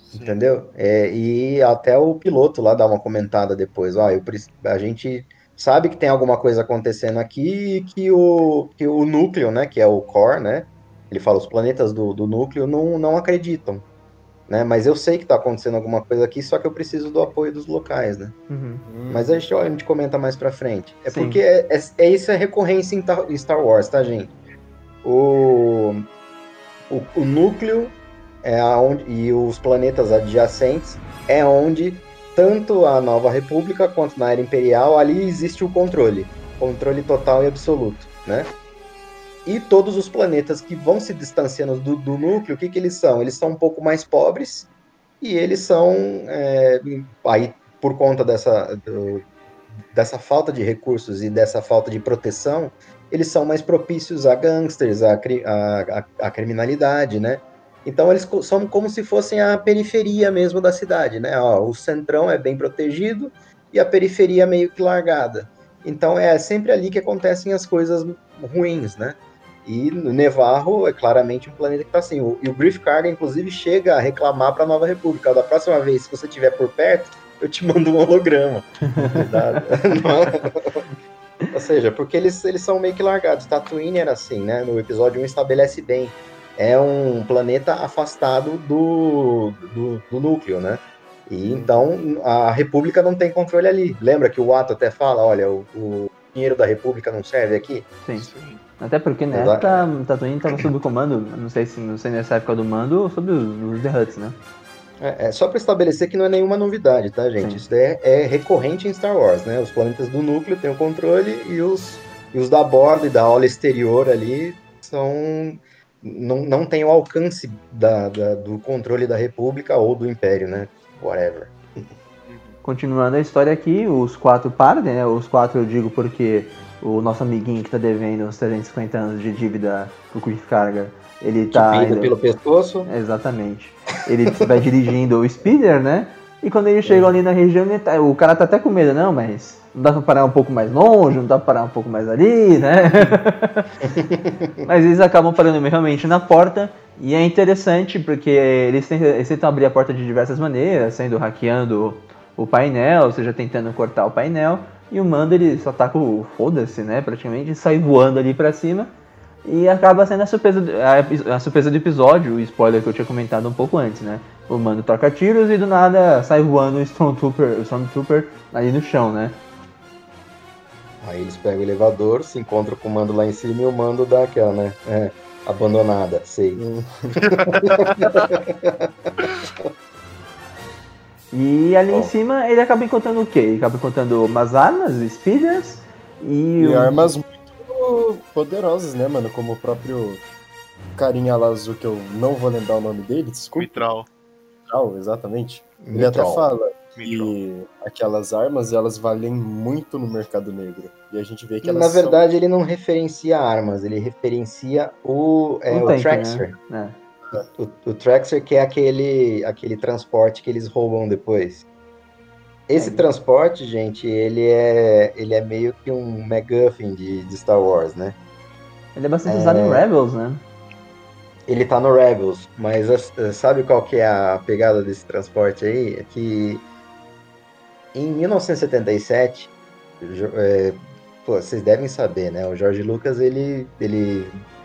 C: entendeu? É, e até o piloto lá dá uma comentada depois, ó, eu, preci- a gente sabe que tem alguma coisa acontecendo aqui e que o, que o núcleo, né, que é o core, né, ele fala, os planetas do, do núcleo não, não acreditam, né, mas eu sei que tá acontecendo alguma coisa aqui, só que eu preciso do apoio dos locais, né.
B: Uhum.
C: Mas a gente, a gente comenta mais pra frente. É
B: Sim.
C: porque é, é, é isso é recorrência em Ta- em Star Wars, tá, gente? O, o, o núcleo é aonde, e os planetas adjacentes é onde tanto a Nova República quanto na Era Imperial ali existe o controle. Controle total e absoluto, né? E todos os planetas que vão se distanciando do, do núcleo, o que, que eles são? Eles são um pouco mais pobres e eles são, é, aí por conta dessa, do- dessa falta de recursos e dessa falta de proteção, eles são mais propícios a gangsters, a, cri- a, a, a criminalidade, né? Então eles co- são como se fossem a periferia mesmo da cidade, né? Ó, o centrão é bem protegido e a periferia meio que largada. Então é sempre ali que acontecem as coisas ruins, né? E no Nevarro é claramente um planeta que está assim. O, e o Griff Karga, inclusive, chega a reclamar para a Nova República. Da próxima vez, se você estiver por perto, eu te mando um holograma. Da- Ou seja, porque eles, eles são meio que largados. Tatooine era assim, né? No episódio um estabelece bem. É um planeta afastado do, do, do núcleo, né? E então a República não tem controle ali. Lembra que o Watto até fala, olha, o, o dinheiro da República não serve aqui?
B: Sim.
E: Sim.
B: Até porque na
C: Exato.
B: época Tatooine estava sob o comando, não sei se não sei nessa época do mando ou sob os, os The Hutts, né?
C: É, é só para estabelecer que não é nenhuma novidade, tá, gente?
B: Sim.
C: Isso é, é recorrente em Star Wars, né? Os planetas do núcleo têm o controle e os, e os da borda e da aula exterior ali são não, não têm o alcance da, da- do controle da República ou do Império, né? Whatever.
B: Continuando a história aqui, os quatro partem, né? Os quatro eu digo porque o nosso amiguinho que tá devendo uns trezentos e cinquenta anos de dívida pro Griff Karga, ele tá...
C: Peida
B: ainda-
C: pelo pescoço.
B: Exatamente. Ele vai dirigindo o Speeder, né? E quando eles chegam ali na região, ele tá- o cara tá até com medo, não, mas não dá pra parar um pouco mais longe, não dá pra parar um pouco mais ali, né? Mas eles acabam parando realmente na porta, e é interessante porque eles tentam, eles tentam abrir a porta de diversas maneiras, sendo hackeando o painel, ou seja, tentando cortar o painel, e o Mando ele só tá com o foda-se, né, praticamente, sai voando ali pra cima, e acaba sendo a surpresa, do- a, a surpresa do episódio, o spoiler que eu tinha comentado um pouco antes, né? O Mando troca tiros e do nada sai voando o Stormtrooper, o Stormtrooper ali no chão, né?
C: Aí eles pegam o elevador, se encontram com o mando lá em cima e o mando dá aquela, né? É, abandonada, sei.
B: E ali
C: Bom.
B: em cima ele acaba encontrando o quê? Ele acaba encontrando umas armas, speeders e...
D: E
B: um-
D: armas muito poderosas, né, mano? Como o próprio carinha lá azul, que eu não vou lembrar o nome dele, desculpa.
E: Mitral.
D: Mitral, exatamente. Ele até
C: Mitral.
D: fala
E: Mitral.
D: que aquelas armas, elas valem muito no mercado negro. E a gente vê que elas
C: Na
D: são...
C: verdade, ele não referencia armas, ele referencia o, é,
B: um
C: o
B: tanque,
C: Traxxer.
B: né?
C: O, o Traxxer que é aquele, aquele transporte que eles roubam depois. Esse
B: É.
C: transporte, gente, ele é, ele é meio que um MacGuffin de, de Star Wars, né?
B: É. Ele é bastante usado em Rebels, né?
C: Ele tá no Rebels, mas eh, sabe qual que é a pegada desse transporte aí? É que em mil novecentos e setenta e sete, jo- é, pô, vocês devem saber, né? O George Lucas, ele, ele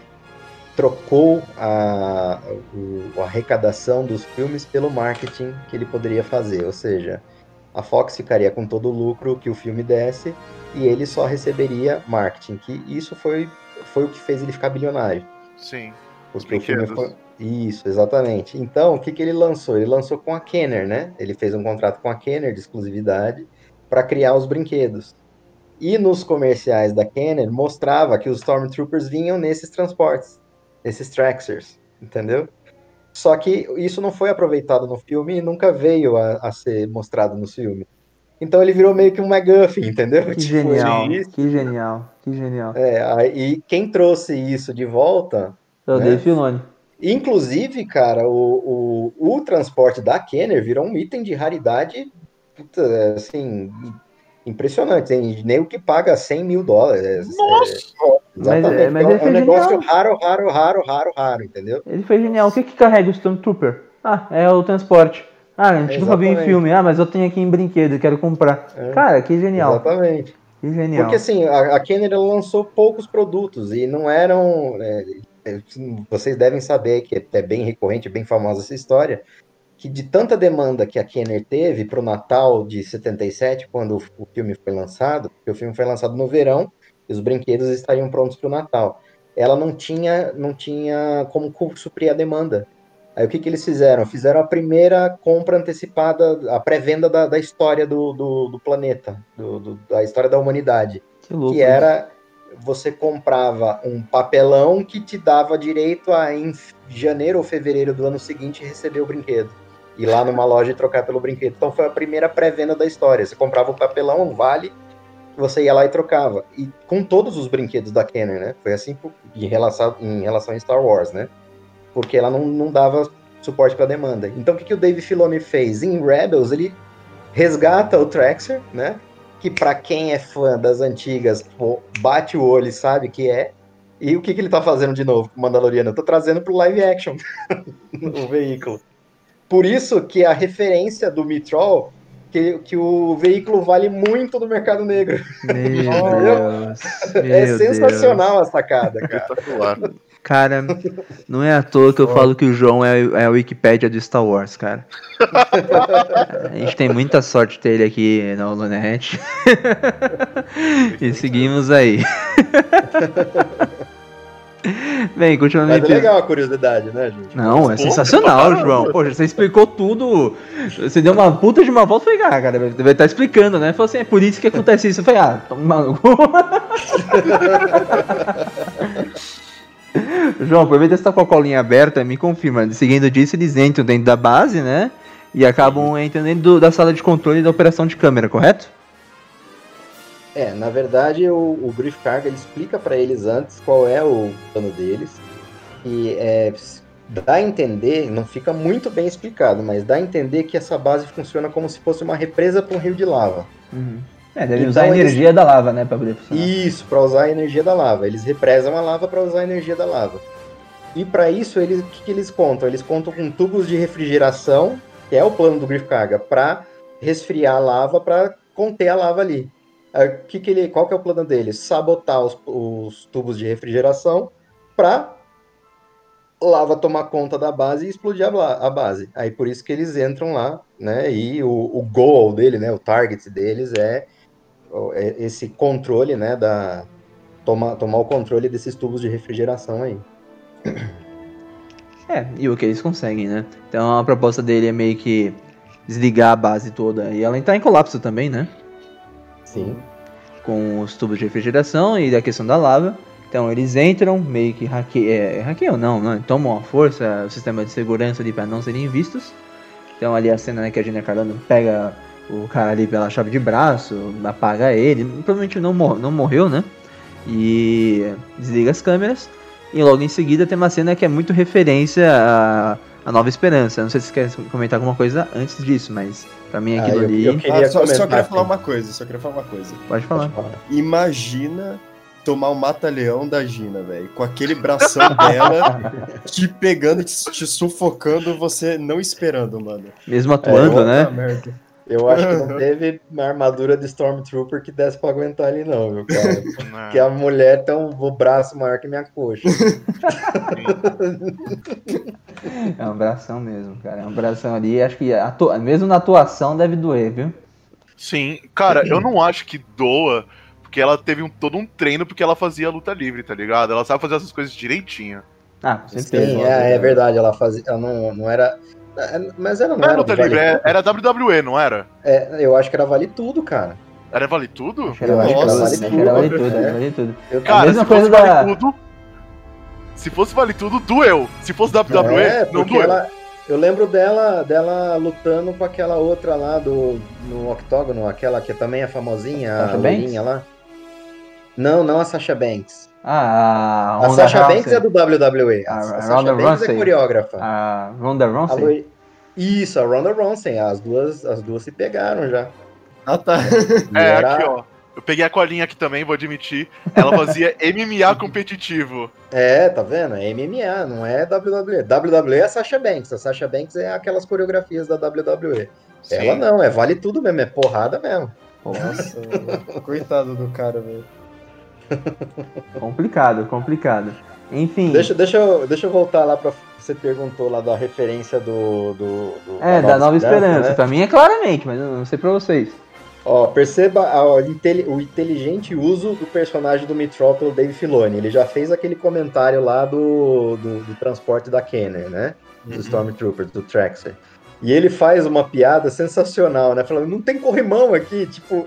C: trocou a, o- a arrecadação dos filmes pelo marketing que ele poderia fazer, ou seja, a Fox ficaria com todo o lucro que o filme desse e ele só receberia marketing, que isso foi, foi o que fez ele ficar bilionário.
E: Sim.
C: Porque o filme
E: brinquedos.
C: foi... Isso, exatamente. Então, o que, que ele lançou? Ele lançou com a Kenner, né? Ele fez um contrato com a Kenner de exclusividade para criar os brinquedos. E nos comerciais da Kenner mostrava que os Stormtroopers vinham nesses transportes, nesses Traxxers, entendeu? Só que isso não foi aproveitado no filme e nunca veio a, a ser mostrado no filme. Então ele virou meio que um MacGuffin, entendeu?
B: Que
C: Tipo,
B: genial,
C: ele-
B: que genial, que genial.
C: É, aí- e quem trouxe isso de volta,
B: É o
C: né?
B: Dave Filoni.
C: Inclusive, cara, o, o, o transporte da Kenner virou um item de raridade, puta, assim, impressionante. Tem nem o que paga cem mil dólares.
E: Nossa!
C: É, exatamente.
B: Mas- mas
C: é, um-
B: ele
C: é um
B: foi
C: negócio
B: genial.
C: raro, raro, raro, raro, raro, entendeu?
B: Ele foi genial. O que que carrega o Stormtrooper? Ah, é o transporte. Ah, a gente nunca viu em filme. Ah, mas eu tenho aqui em brinquedo, quero comprar. É. Cara, que genial.
C: Exatamente.
B: Que genial.
C: Porque assim, a, a Kenner lançou poucos produtos e não eram... É, vocês devem saber que é bem recorrente, bem famosa essa história, que de tanta demanda que a Kenner teve para o Natal de setenta e sete, quando o filme foi lançado, porque o filme foi lançado no verão e os brinquedos estariam prontos para o Natal, ela não tinha, não tinha como suprir a demanda. Aí o que, que eles fizeram? Fizeram a primeira compra antecipada, a pré-venda da, da história do, do, do planeta, do, do, da história da humanidade.
B: Que louco,
C: que era, você comprava um papelão que te dava direito a, em janeiro ou fevereiro do ano seguinte, receber o brinquedo. Ir lá numa loja e trocar pelo brinquedo. Então foi a primeira pré-venda da história. Você comprava o papelão, um vale, você ia lá e trocava. E com todos os brinquedos da Kenner, né? Foi assim em relação, em relação a Star Wars, né? Porque ela não, não dava suporte para demanda. Então o que, que o Dave Filoni fez? Em Rebels, ele resgata o Traxxer, né? Que para quem é fã das antigas, pô, bate o olho e sabe que é. E o que, que ele tá fazendo de novo com o Mandaloriano? Eu tô trazendo pro live action o veículo. Por isso que a referência do Mitrol, que, que o veículo vale muito no mercado negro.
B: Meu Deus.
C: É
B: Meu
C: sensacional
B: Deus.
C: a sacada, cara.
E: Espetacular.
B: Cara, não é à toa que eu falo que o João é, é a Wikipédia do Star Wars, cara. A gente tem muita sorte de ter ele aqui na Holonet. E seguimos aí. Bem, continuando.
C: Mas é legal a curiosidade, né, gente?
B: Não, é sensacional, João. Poxa, você explicou tudo. Você deu uma puta de uma volta. Eu falei, ah, cara, deve estar explicando, né? Falou assim, é por isso que acontece isso. Eu falei, ah, toma maluco. João, aproveita que você tá com a colinha aberta, me confirma. Seguindo disso, eles entram dentro da base, né? E acabam entrando dentro do, da sala de controle da operação de câmera, correto?
C: É, na verdade, o, o Griff Karga ele explica para eles antes qual é o plano deles. E é, dá a entender, não fica muito bem explicado, mas dá a entender que essa base funciona como se fosse uma represa para um rio de lava.
B: Uhum. É, deve
C: Então,
B: usar a energia
C: eles...
B: da lava, né, para poder funcionar.
C: Isso, para usar a energia da lava. Eles represam a lava para usar a energia da lava. E para isso, eles, o que, que eles contam? Eles contam com tubos de refrigeração, que é o plano do Griff Karga, para resfriar a lava, para conter a lava ali. O que que ele, qual que é o plano deles? Sabotar os, os tubos de refrigeração para lava tomar conta da base e explodir a, a base. Aí por isso que eles entram lá, né? E o, o goal dele, né? O target deles é, é esse controle, né? Da, tomar, tomar o controle desses tubos de refrigeração aí.
B: É, e o que eles conseguem, né? Então a proposta dele é meio que desligar a base toda e ela entrar em colapso também, né?
C: Sim.
B: Com os tubos de refrigeração e da questão da lava. Então eles entram, meio que hackeiam, é, hackeiam não, né? Tomam a força, o sistema de segurança ali para não serem vistos. Então ali a cena, né, que a Gina Carano pega o cara ali pela chave de braço, apaga ele, provavelmente não, mor- não morreu, né? E desliga as câmeras. E logo em seguida tem uma cena que é muito referência a, a Nova Esperança. Não sei se você quer comentar alguma coisa antes disso, mas pra mim aquilo
C: ah, eu,
B: ali...
C: Eu queria
D: ah, só, só queria
C: assim.
D: falar uma coisa, só queria falar uma coisa.
B: Pode falar.
C: Pode falar.
D: Imagina tomar o mata-leão da Gina, velho, com aquele bração dela te pegando, te, te sufocando, você não esperando, mano.
B: Mesmo atuando,
C: É,
B: né?
D: Merda.
C: Eu acho que não teve uma armadura de Stormtrooper que desse pra aguentar ali não, meu cara. Porque a mulher tem um braço maior que minha coxa.
B: É um bração mesmo, cara. É um bração ali. Acho que atua... mesmo na atuação deve doer, viu?
E: Sim, cara, eu não acho que doa, porque ela teve um, todo um treino porque ela fazia luta livre, tá ligado? Ela sabe fazer essas coisas direitinho.
B: Ah, com certeza.
C: Sim, é, é verdade. Ela fazia. Ela não, não era. Mas ela não,
E: Não era
C: era.
E: luta
C: do Vale
E: livre,
C: Tudo.
E: era W W E, não era?
C: É, eu acho que era Vale Tudo, cara.
E: Era Vale Tudo?
B: Acho que era
C: Eu
B: vale
C: acho que
B: tudo,
C: era
B: acho
C: vale
B: que era vale
C: tudo,
B: tudo,
C: é.
B: vale tudo.
C: Eu-
E: Cara,
B: a mesma
E: se
B: coisa
E: fosse Vale
B: da...
E: Tudo... Se fosse Vale Tudo, doeu. Se fosse W W E,
C: É,
E: não
C: porque
E: doeu.
C: ela. Eu lembro dela, dela lutando com aquela outra lá do no octógono, aquela que também é famosinha,
B: Sasha
C: a loirinha lá. Não, não a Sasha Banks.
B: Ah, a
C: A
B: Ronda
C: Sasha
B: Rousey.
C: Banks é do W W E. A,
B: A-
C: a
B: a
C: Sasha
B: Ronda
C: Banks
B: Rousey.
C: é coreógrafa.
B: A Ronda
C: A
B: Rousey?
C: loi- Isso, a Ronda Rousey. As duas, as duas se pegaram já.
D: Ah, tá.
C: E
E: É,
C: era,
E: aqui, ó. Eu peguei a colinha aqui também, vou admitir. Ela fazia M M A competitivo.
C: É, tá vendo? É M M A, não é W W E. W W E é a Sasha Banks. A Sasha Banks é aquelas coreografias da W W E.
E: Sim.
C: Ela não, é vale tudo mesmo, é porrada mesmo.
D: Nossa, mano. Coitado do cara, velho.
B: Complicado, complicado. Enfim.
C: Deixa, deixa, eu, deixa eu voltar lá pra. Você perguntou lá da referência do. do, do
B: É, da Nova Esperança.
C: né?
B: Pra mim é claramente, mas eu não sei pra vocês.
C: Ó, perceba ó, o inteligente uso do personagem do Mithril pelo Dave Filoni. Ele já fez aquele comentário lá do, do, do transporte da Kenner, né? Do
D: Uhum.
C: Stormtrooper, do Traxxer. E ele faz uma piada sensacional, né? Falando, não tem corrimão aqui, tipo...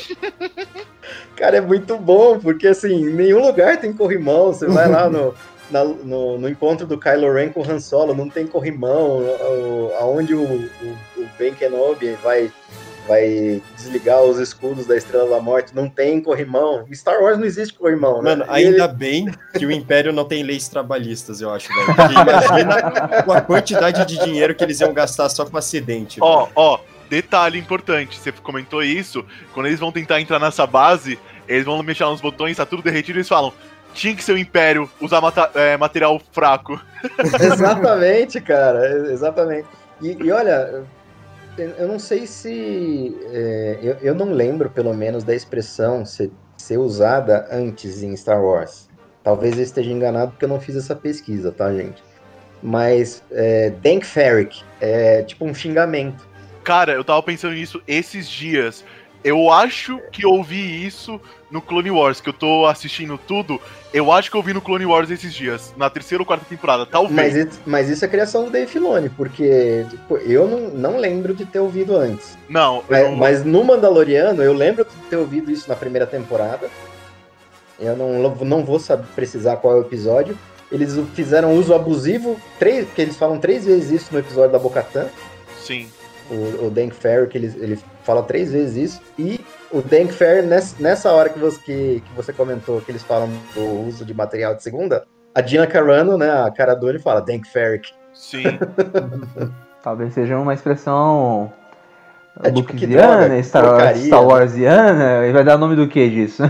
C: Cara, é muito bom, porque assim, em nenhum lugar tem corrimão. Você vai lá no, na, no, no encontro do Kylo Ren com o Han Solo, não tem corrimão. O, aonde o, o, o Ben Kenobi vai... vai desligar os escudos da Estrela da Morte, não tem corrimão. Em Star Wars não existe corrimão, né?
D: Mano,
C: E
D: ainda
C: ele-
D: bem que o Império não tem leis trabalhistas, eu acho, velho. Porque imagina a quantidade de dinheiro que eles iam gastar só com acidente.
E: Ó,
D: velho.
E: ó, detalhe importante, você comentou isso, quando eles vão tentar entrar nessa base, eles vão mexer nos botões, tá tudo derretido, e eles falam, tinha que ser o Império usar mata- é, material fraco.
C: Exatamente, cara, exatamente. E, e olha, eu eu não sei se... é, eu, eu não lembro, pelo menos, da expressão ser, ser usada antes em Star Wars. Talvez eu esteja enganado porque eu não fiz essa pesquisa, tá, gente? Mas é, Dank Farrik é tipo um xingamento.
E: Cara, eu tava pensando nisso esses dias. Eu acho que eu ouvi isso no Clone Wars, que eu tô assistindo tudo. Eu acho que eu ouvi no Clone Wars esses dias, na terceira ou quarta temporada, talvez.
C: Mas, isso- mas isso é criação do Dave Filoni, porque tipo, eu não, não lembro de ter ouvido antes.
E: Não, eu
C: Mas,
E: não-
C: mas no Mandaloriano, eu lembro de ter ouvido isso na primeira temporada. Eu não, não vou saber precisar qual é o episódio. Eles fizeram uso abusivo, três, porque eles falam três vezes isso no episódio da Bo-Katan.
E: sim.
C: O, o Dank Farrik, ele, ele fala três vezes isso. E o Dank Farrik, nessa, nessa hora que você, que, que você comentou que eles falam do uso de material de segunda, a Gina Carano, né, a cara dele, fala Dank Farrik.
E: Sim.
B: Talvez seja uma expressão
C: É tipo, que
B: Lucasiana,
C: droga,
B: Star,
C: porcaria,
B: Star
C: né?
B: Warsiana, e vai dar o nome do que disso?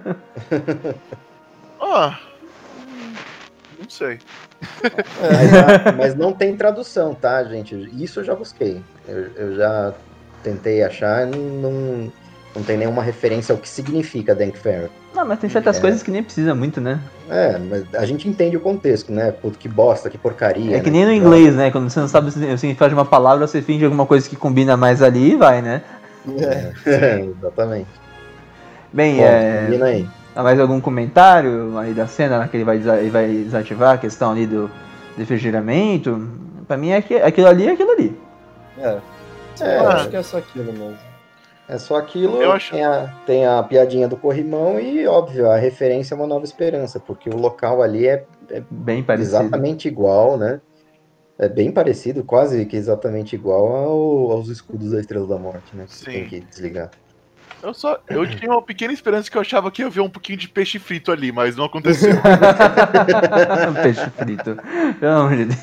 E: Ah. Não sei.
C: Mas, a- mas não tem tradução, tá, gente? Isso eu já busquei. Eu, eu já tentei achar e não, não tem nenhuma referência ao que significa Dank Farrik.
B: Não, mas tem certas
C: É.
B: coisas que nem precisa muito, né?
C: É, mas a gente entende o contexto, né? Puto, que bosta, que porcaria.
B: É que
C: né?
B: nem no
C: Que
B: inglês, né? Quando você não sabe o significado de uma palavra, você finge alguma coisa que combina mais ali e vai, né?
D: É.
C: droga. Exatamente.
B: Bem,
C: Bom,
B: é...
C: combina aí.
B: há mais algum comentário aí da cena né, que ele vai, desa- ele vai desativar a questão ali do refrigeramento? Pra mim, é que- aquilo ali é aquilo ali.
D: É.
C: É,
D: Eu acho que é só aquilo mesmo.
C: É só aquilo,
E: Eu acho-
C: tem, a, tem a piadinha do corrimão e, óbvio, a referência é uma Nova Esperança, porque o local ali é
B: Bem parecido.
C: exatamente igual, né? É bem parecido, quase que exatamente igual ao- aos escudos da Estrela da Morte, né? Que você
E: Sim.
C: tem que desligar.
E: Eu só. Eu tinha uma pequena esperança que eu achava que ia ver um pouquinho de peixe frito ali, mas não aconteceu.
B: Peixe frito. Pelo amor de Deus.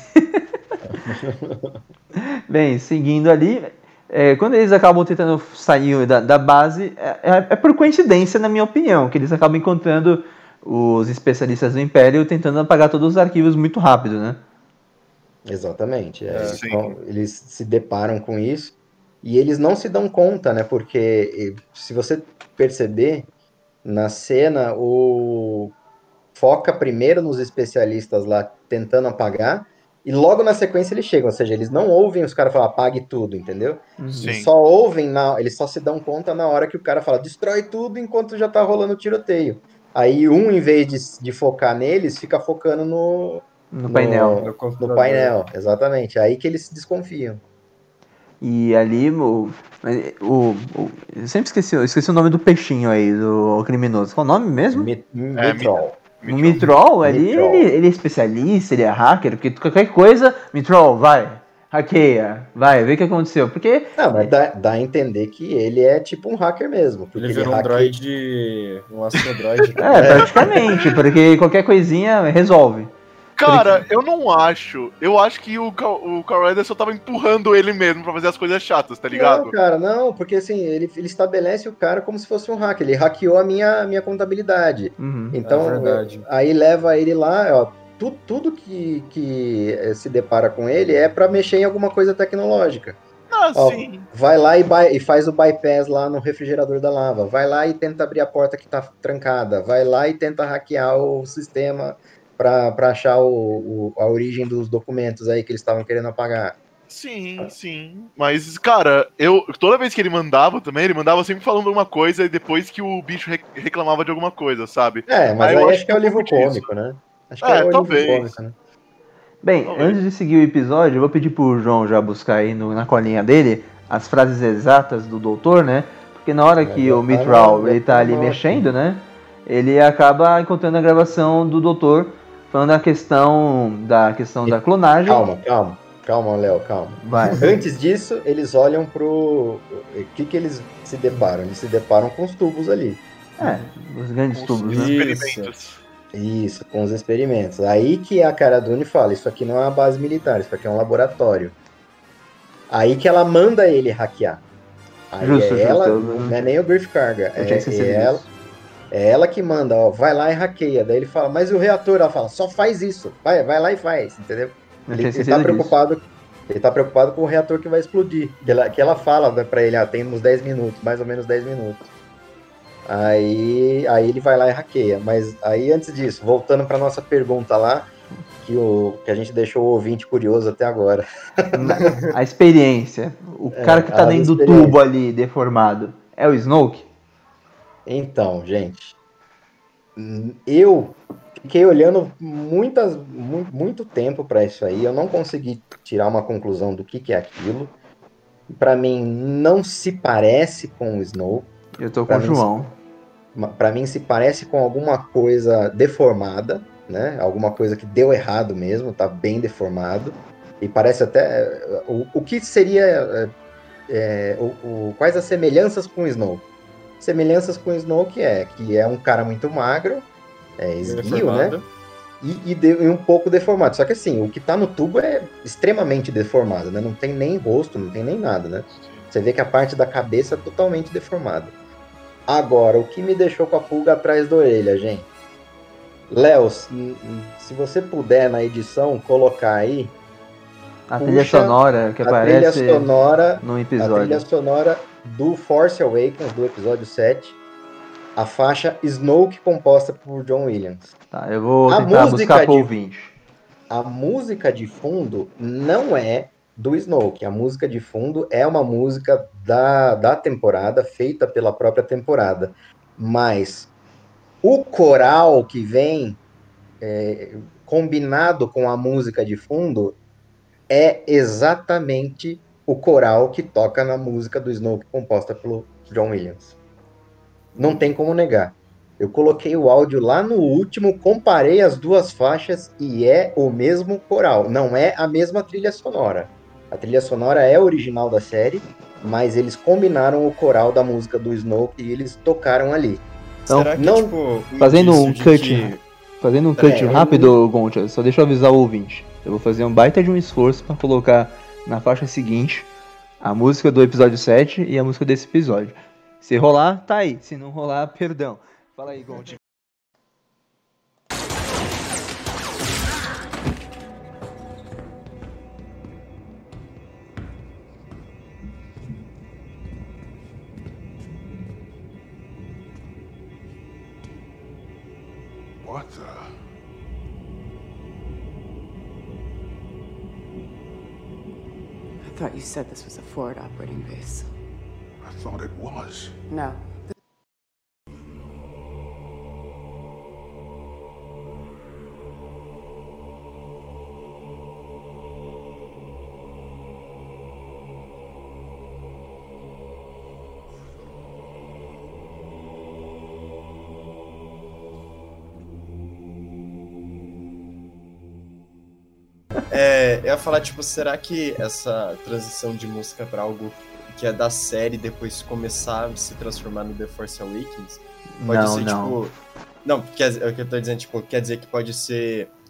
B: Bem, seguindo ali, é, quando eles acabam tentando sair da, da base, é, é- é por coincidência, na minha opinião, que eles acabam encontrando os especialistas do Império tentando apagar todos os arquivos muito rápido, né?
C: Exatamente. é,
D: É,
C: eles,
E: sim.
C: não- eles se deparam com isso e eles não se dão conta, né? Porque eh, se você perceber, na cena, o foca primeiro nos especialistas lá tentando apagar e logo na sequência eles chegam, ou seja, eles não ouvem os caras falar apague tudo, entendeu?
E: Sim.
C: Eles só ouvem, na, eles só se dão conta na hora que o cara fala destrói tudo enquanto já tá rolando o tiroteio. Aí um, em vez de, de focar neles, fica focando no,
B: No painel.
C: No,
D: No
C: no
D: computador.
C: painel, exatamente. Aí que eles se desconfiam.
B: E ali, o, o, o- eu sempre esqueci, eu esqueci o nome do peixinho aí, do criminoso. Qual o nome mesmo?
C: Mi-
E: É,
C: Mitrol.
B: O Mitrol, ali,
C: Mitrol.
B: Ele, ele é especialista, ele é hacker, porque qualquer coisa, Mitrol, vai, hackeia, vai, vê o que aconteceu. Porque
C: Não, mas dá, dá a entender que ele é tipo um hacker mesmo. Porque
D: Ele virou um
C: hackeia-
D: droid. Um astrodroid.
B: É, praticamente, porque qualquer coisinha resolve.
E: Cara, eu não acho. Eu acho que o, Carl- o Carl Weathers só tava empurrando ele mesmo pra fazer as coisas chatas, tá ligado?
C: Não, cara, não, porque assim, ele, ele estabelece o cara como se fosse um hacker. Ele hackeou a minha, minha contabilidade.
B: Uhum.
C: Então,
D: É verdade.
C: aí leva ele lá, ó, tu, tudo que, que eh, se depara com ele é para mexer em alguma coisa tecnológica.
E: Ah,
C: Ó,
E: sim.
C: vai lá e, by- e faz o bypass lá no refrigerador da lava. Vai lá e tenta abrir a porta que tá trancada. Vai lá e tenta hackear o sistema para achar o, o- a origem dos documentos aí que eles estavam querendo apagar.
E: Sim, sim. Mas, cara, eu toda vez que ele mandava também, ele mandava sempre falando alguma coisa e depois que o bicho re- reclamava de alguma coisa, sabe?
C: É, mas
E: Aí
C: aí
E: eu
C: acho
E: acho
C: que é o
E: que é um
C: livro
E: pouco disso.
C: cômico, né? Acho que
E: É,
C: é o livro
E: talvez.
C: cômico, né?
B: Bem,
E: Talvez.
B: antes de seguir o episódio, eu vou pedir pro João já buscar aí no- na colinha dele as frases exatas do doutor, né? Porque na hora
C: É,
B: que
C: já
B: o
C: tá
B: Mitral
C: na-
B: ele
C: já
B: tá
C: tá
B: ali
C: na mão
B: mexendo, né? Ele acaba encontrando a gravação do doutor falando a questão da questão da clonagem.
C: Calma, calma, calma, Léo, calma.
B: Vai.
C: Antes disso, eles olham pro. O que que eles se deparam? Eles se deparam com os tubos ali.
B: É, os grandes
E: Com os
B: tubos, né?
E: experimentos.
C: Isso, com os experimentos. Aí que a Cara Dune fala: isso aqui não é uma base militar, isso aqui é um laboratório. Aí que ela manda ele hackear. Aí
B: Justo,
C: é
B: justo,
C: ela,
B: eu-
C: não é nem o Griff Karga,
B: Eu
C: é,
B: tinha esquecido
C: é ela,
B: disso.
C: é ela que manda, ó, vai lá e hackeia. Daí ele fala, mas e o reator? Ela fala, só faz isso, vai, vai lá e faz, entendeu?
B: Eu
C: Ele,
B: tinha
C: ele tá
B: esquecido disso.
C: preocupado, ele tá preocupado com o reator que vai explodir. Que ela, que ela fala, né, pra ele, ah, tem uns dez minutos, mais ou menos dez minutos. Aí, aí ele vai lá e hackeia. Mas aí antes disso, voltando pra nossa pergunta lá, que, o, que a gente deixou o ouvinte curioso até agora.
B: Na- A experiência. O
C: É,
B: cara que tá
C: as
B: dentro do
C: experiências.
B: tubo ali, deformado, é o Snoke?
C: Então, gente, eu fiquei olhando muitas, mu- muito tempo para isso aí. Eu não consegui tirar uma conclusão do que, que é aquilo. Para mim, não se parece com o Snow.
B: Eu tô com
C: Pra
B: o
C: mim,
B: João.
C: Para mim, se parece com alguma coisa deformada, né? Alguma coisa que deu errado mesmo, tá bem deformado. E parece até. O, o que seria. é, é, o, o- quais as semelhanças com o Snow? Semelhanças com o Snow que é que é um cara muito magro, é, esguio, né?
D: Deformado.
C: E, e de- e um pouco deformado. Só que assim, o que tá no tubo é extremamente deformado, né? Não tem nem rosto, não tem nem nada, né? Você vê que a parte da cabeça é totalmente deformada. Agora, o que me deixou com a pulga atrás da orelha, gente? Léo, se, se você puder na edição colocar aí
B: A
C: puxa
B: trilha sonora que
C: a trilha
B: aparece
C: sonora,
B: no
C: a
B: episódio.
C: trilha sonora do Force Awakens, do episódio sete, a faixa Snoke, composta por John Williams.
B: Tá, eu vou
C: A
B: tentar
C: música
B: buscar pro
C: de-
B: ouvinte.
C: A música de fundo não é do Snoke. A música de fundo é uma música da, da temporada, feita pela própria temporada. Mas o coral que vem é, combinado com a música de fundo é exatamente o coral que toca na música do Snoke, composta pelo John Williams. Não tem como negar. Eu coloquei o áudio lá no último, comparei as duas faixas e é o mesmo coral. Não é a mesma trilha sonora. A trilha sonora é original da série, mas eles combinaram o coral da música do Snoke e eles tocaram ali.
B: Então,
D: Será que,
C: não-
D: tipo, um
B: fazendo um
D: indício de
B: cut,
D: que-
B: Fazendo um cut
C: É, eu-
B: rápido, Goncha, só deixa eu avisar o ouvinte. Eu vou fazer um baita de um esforço pra colocar na faixa seguinte a música do episódio sete e a música desse episódio. Se rolar, tá aí. Se não rolar, perdão. Fala aí, Goncha.
A: What the?
F: I thought you said this was a forward operating base.
A: I thought it was.
F: No.
D: É, eu ia falar, tipo, será que essa transição de música pra algo que é da série depois começar a se transformar no The Force Awakens? Pode
B: Não,
D: ser,
B: não.
D: tipo... Não, quer, é o que eu tô dizendo, tipo, quer dizer que pode ser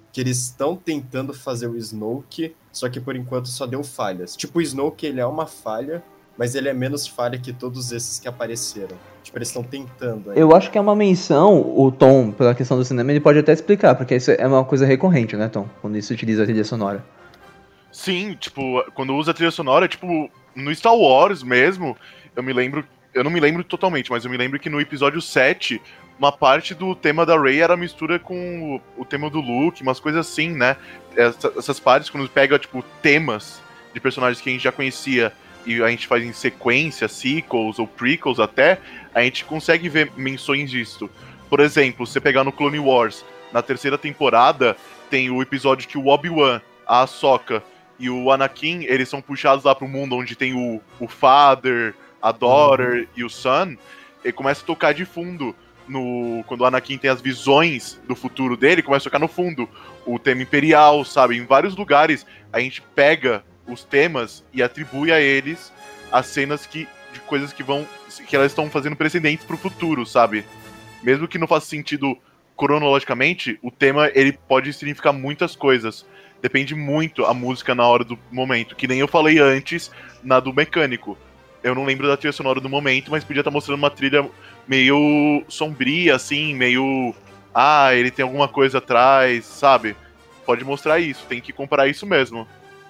D: que eles estão tentando fazer o Snoke, só que por enquanto só deu falhas. Tipo, o Snoke, ele é uma falha, mas ele é menos falha que todos esses que apareceram. Tipo, eles estão tentando ainda.
B: Eu acho que é uma menção, o Tom, pela questão do cinema, ele pode até explicar, porque isso é uma coisa recorrente, né, Tom? Quando isso utiliza a trilha sonora.
E: Sim, tipo, quando usa a trilha sonora, tipo, no Star Wars mesmo, eu me lembro, eu não me lembro totalmente, mas eu me lembro que no episódio sete, uma parte do tema da Rey era mistura com o, o tema do Luke, umas coisas assim, né? Essa, essas partes, quando pega, tipo, temas de personagens que a gente já conhecia e a gente faz em sequência, sequels ou prequels até, a gente consegue ver menções disso. Por exemplo, você pegar no Clone Wars, na terceira temporada, tem o episódio que o Obi-Wan, a Ahsoka e o Anakin, eles são puxados lá pro mundo onde tem o, o Father, a Daughter uhum. e o Son, e começa a tocar de fundo, no, quando o Anakin tem as visões do futuro dele, começa a tocar no fundo o tema imperial, sabe? Em vários lugares a gente pega os temas e atribui a eles as cenas que, de coisas que vão, que elas estão fazendo precedentes pro futuro, sabe? Mesmo que não faça sentido cronologicamente, o tema ele pode significar muitas coisas. Depende muito a música na hora do momento. Que nem eu falei antes na do Mecânico. Eu não lembro da trilha sonora do momento, mas podia estar mostrando uma trilha meio sombria, assim, meio... Ah, ele tem alguma coisa atrás, sabe? Pode mostrar isso, tem que comparar isso mesmo.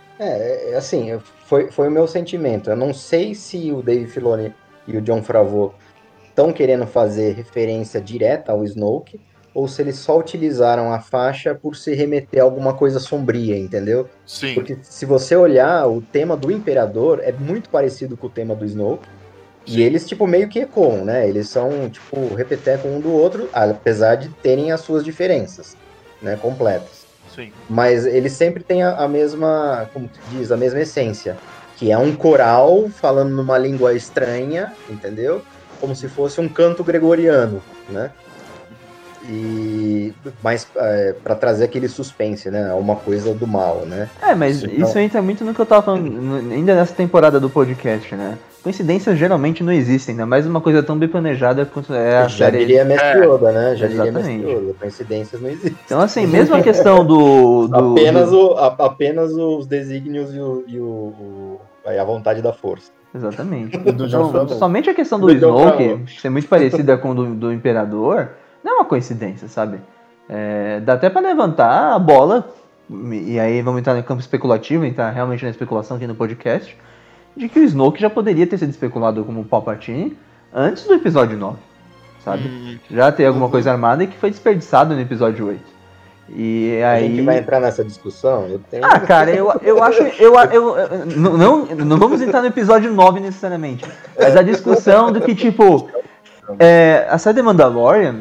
C: É, assim, foi, foi o meu sentimento. Eu não sei se o Dave Filoni e o Jon Favreau estão querendo fazer referência direta ao Snoke, ou se eles só utilizaram a faixa por se remeter a alguma coisa sombria, entendeu?
E: Sim.
C: Porque se você olhar, o tema do Imperador é muito parecido com o tema do Snoke, Sim. e eles, tipo, meio que ecoam, né? Eles são, tipo, repetecam um do outro, apesar de terem as suas diferenças, né, completas.
E: Sim.
C: Mas eles sempre têm a, a mesma, como tu diz, a mesma essência, que é um coral falando numa língua estranha, entendeu? Como se fosse um canto gregoriano, né? E mas é, para trazer aquele suspense, né? Uma coisa do mal, né?
B: É, mas então... isso entra muito no que eu tava falando ainda nessa temporada do podcast, né? Coincidências geralmente não existem, ainda mais uma coisa tão bem planejada quanto é a
C: Já
B: série.
C: diria Mestre Yoda, né? Já
B: Exatamente.
C: diria Mestre Yoda. Coincidências não existem.
B: Então, assim, mesmo a questão do. do
C: apenas,
B: do...
C: O, a, apenas os desígnios e, o, e o, o, a vontade da força.
B: Exatamente.
D: Do
B: Então, somente a questão do, do Snoke ser muito parecida com o do, do Imperador não é uma coincidência, sabe? É, dá até pra levantar a bola, e aí vamos entrar no campo especulativo, entrar realmente na especulação aqui no podcast, de que o Snoke já poderia ter sido especulado como Palpatine antes do episódio nove, sabe? Hum. Já tem alguma coisa armada e que foi desperdiçado no episódio oito. E aí...
C: A gente vai entrar nessa discussão? Eu tenho...
B: Ah, cara, eu, eu acho... Eu, eu, eu, não, não, não vamos entrar no episódio nove necessariamente, mas a discussão do que, tipo, é, a série The Mandalorian,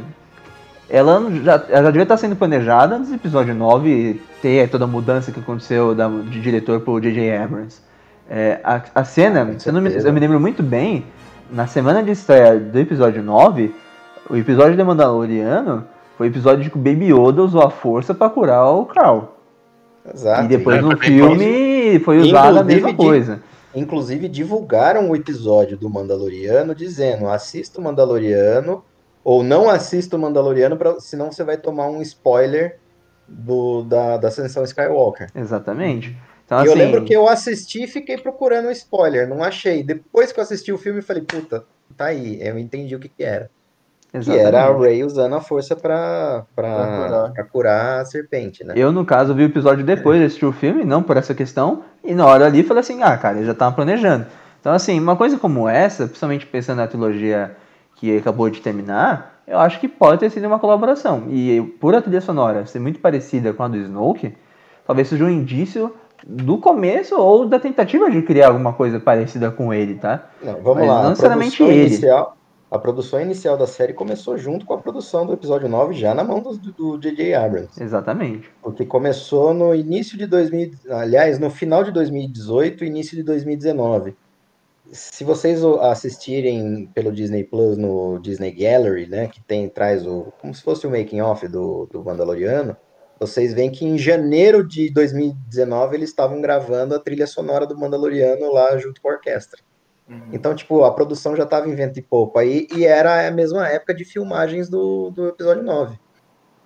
B: ela já, ela já devia estar sendo planejada antes do episódio nove ter toda a mudança que aconteceu da, de diretor pro J J Abrams. É, a, a cena, eu, não me, eu me lembro muito bem, na semana de estreia do episódio nove, o episódio The Mandaloriano foi o episódio de que o Baby Yoda usou a força pra curar o Carl.
C: Exato.
B: E depois no filme foi usada a mesma coisa.
C: Inclusive divulgaram o episódio do Mandaloriano dizendo, assista o Mandaloriano ou não assista o Mandaloriano, pra, senão você vai tomar um spoiler do, da, da Ascensão Skywalker.
B: Exatamente. Então,
C: e
B: assim...
C: eu lembro que eu assisti e fiquei procurando um spoiler, não achei. Depois que eu assisti o filme, eu falei, puta, tá aí, eu entendi o que que era. Exatamente. Que era a Rey usando a força pra, pra, pra, curar. pra curar a serpente, né?
B: Eu, no caso, vi o episódio depois de assistir o filme, não por essa questão, e na hora ali falei assim, ah, cara, eles já estavam planejando. Então, assim, uma coisa como essa, principalmente pensando na trilogia que acabou de terminar, eu acho que pode ter sido uma colaboração. E por a trilha sonora ser muito parecida com a do Snoke, talvez seja um indício do começo ou da tentativa de criar alguma coisa parecida com ele, tá?
C: Não, vamos
B: Mas
C: lá,
B: não necessariamente ele.
C: Inicial... A produção inicial da série começou junto com a produção do episódio nove, já na mão do, do J J Abrams.
B: Exatamente.
C: Porque começou no início de dois mil, aliás, no final de dois mil e dezoito, início de dois mil e dezenove. Se vocês assistirem pelo Disney Plus no Disney Gallery, né, que tem traz o como se fosse o making of do, do Mandaloriano, vocês veem que em janeiro de dois mil e dezenove eles estavam gravando a trilha sonora do Mandaloriano lá junto com a orquestra. Então, tipo, a produção já estava em vento e pouco aí, e era a mesma época de filmagens do, do episódio nove.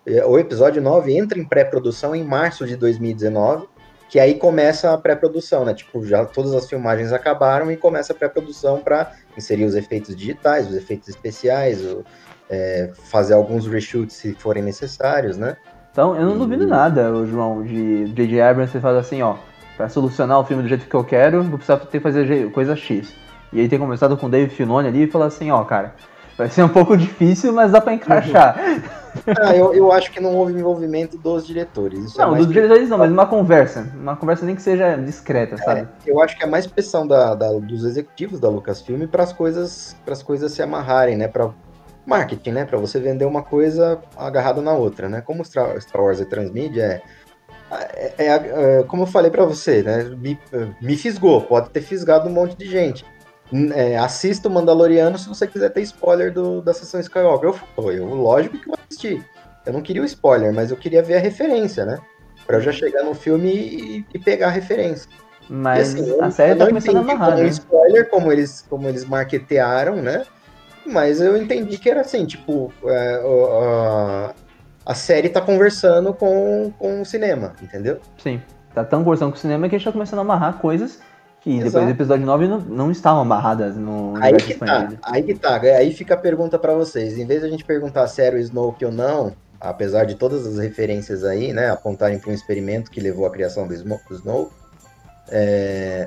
C: O episódio nove entra em pré-produção em março de dois mil e dezenove, que aí começa a pré-produção, né? Tipo, já todas as filmagens acabaram e começa a pré-produção para inserir os efeitos digitais, os efeitos especiais, o, é, fazer alguns reshoots se forem necessários, né?
B: Então, eu não duvido nada, João, de J J Abrams ter falado assim, ó, pra solucionar o filme do jeito que eu quero, vou precisar ter que fazer coisa X. E aí ter começado com o Dave Filoni ali e falar assim, ó, cara, vai ser um pouco difícil, mas dá pra encaixar.
C: Ah, eu, eu acho que não houve envolvimento dos diretores. Isso
B: não,
C: é mais
B: dos diretores não, mas uma conversa. Uma conversa nem que seja discreta, sabe?
C: É, eu acho que é mais pressão da, da, dos executivos da Lucasfilm para as coisas, para as coisas se amarrarem, né? Para marketing, né? Para você vender uma coisa agarrada na outra, né? Como Star, Star Wars é transmídia, é, é, é, é como eu falei para você, né? Me, me fisgou, pode ter fisgado um monte de gente. É, assista o Mandaloriano se você quiser ter spoiler do, da sessão Skywalker. Eu, eu, lógico que eu assisti. Eu não queria o spoiler, mas eu queria ver a referência, né? Pra eu já chegar no filme e, e pegar a referência.
B: Mas
C: e, assim,
B: a série tá começando a amarrar,
C: como
B: né?
C: spoiler, como eles, como eles marketearam, né? Mas eu entendi que era assim, tipo, é, a, a série tá conversando com, com o cinema, entendeu?
B: Sim, tá tão conversando com o cinema que a gente tá começando a amarrar coisas que
C: Exato.
B: Depois do episódio nove não, não estavam amarradas no
C: aí
B: universo
C: que
B: expandido.
C: Tá, aí que tá, aí fica a pergunta pra vocês. Em vez de a gente perguntar se era o Snoke ou não, apesar de todas as referências aí, né, apontarem para um experimento que levou à criação do Snoke, é...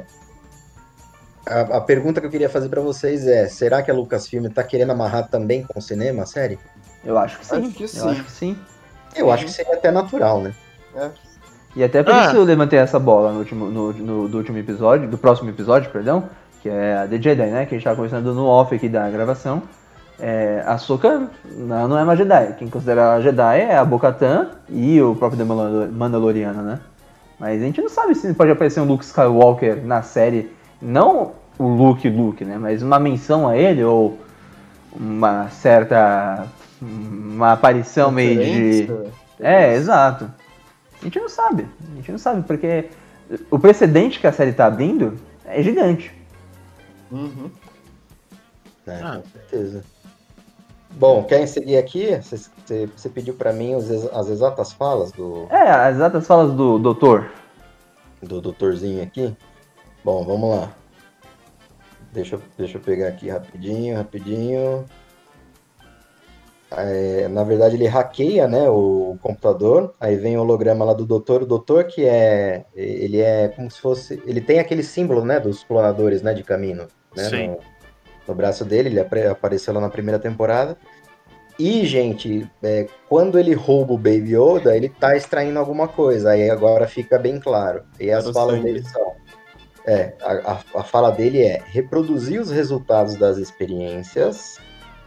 C: a, a pergunta que eu queria fazer pra vocês é, será que a Lucasfilm tá querendo amarrar também com o cinema, a série?
B: Eu acho que sim,
G: Acho que
B: eu
G: sim.
B: acho que sim.
C: Eu acho que seria até natural, né?
G: É.
B: E até por
E: Ah.
B: isso eu levantei essa bola no último, no, no, do último episódio, do próximo episódio, perdão, que é a The Jedi, né, que a gente tava conversando no off aqui da gravação. É, a Ahsoka não, não é uma Jedi, quem considera a Jedi é a Bo-Katan e o próprio The Mandalor- Mandaloriano, né. Mas a gente não sabe se pode aparecer um Luke Skywalker na série, não o Luke Luke, né, mas uma menção a ele ou uma certa, uma aparição meio de...
G: Referência.
B: É, exato. A gente não sabe, a gente não sabe, porque o precedente que a série tá abrindo é gigante.
G: Uhum.
C: É,
E: Ah.
C: com certeza. Bom, querem seguir aqui? Você, você- você pediu pra mim os ex- as exatas falas do,
B: É, as exatas falas do doutor.
C: do doutorzinho aqui? Bom, vamos lá. Deixa, eu- deixa eu pegar aqui rapidinho, rapidinho. É, na verdade, ele hackeia, né, o computador. Aí vem o holograma lá do doutor. O doutor que é... Ele é como se fosse... Ele tem aquele símbolo, né, dos clonadores, né, de caminho. Né,
E: Sim.
C: no, no braço dele. Ele apre- apareceu lá na primeira temporada. E, gente, é, quando ele rouba o Baby Yoda, ele tá extraindo alguma coisa. Aí agora fica bem claro. E as
G: Era o
C: falas
G: sangue.
C: dele são... É, a, a, a fala dele é reproduzir os resultados das experiências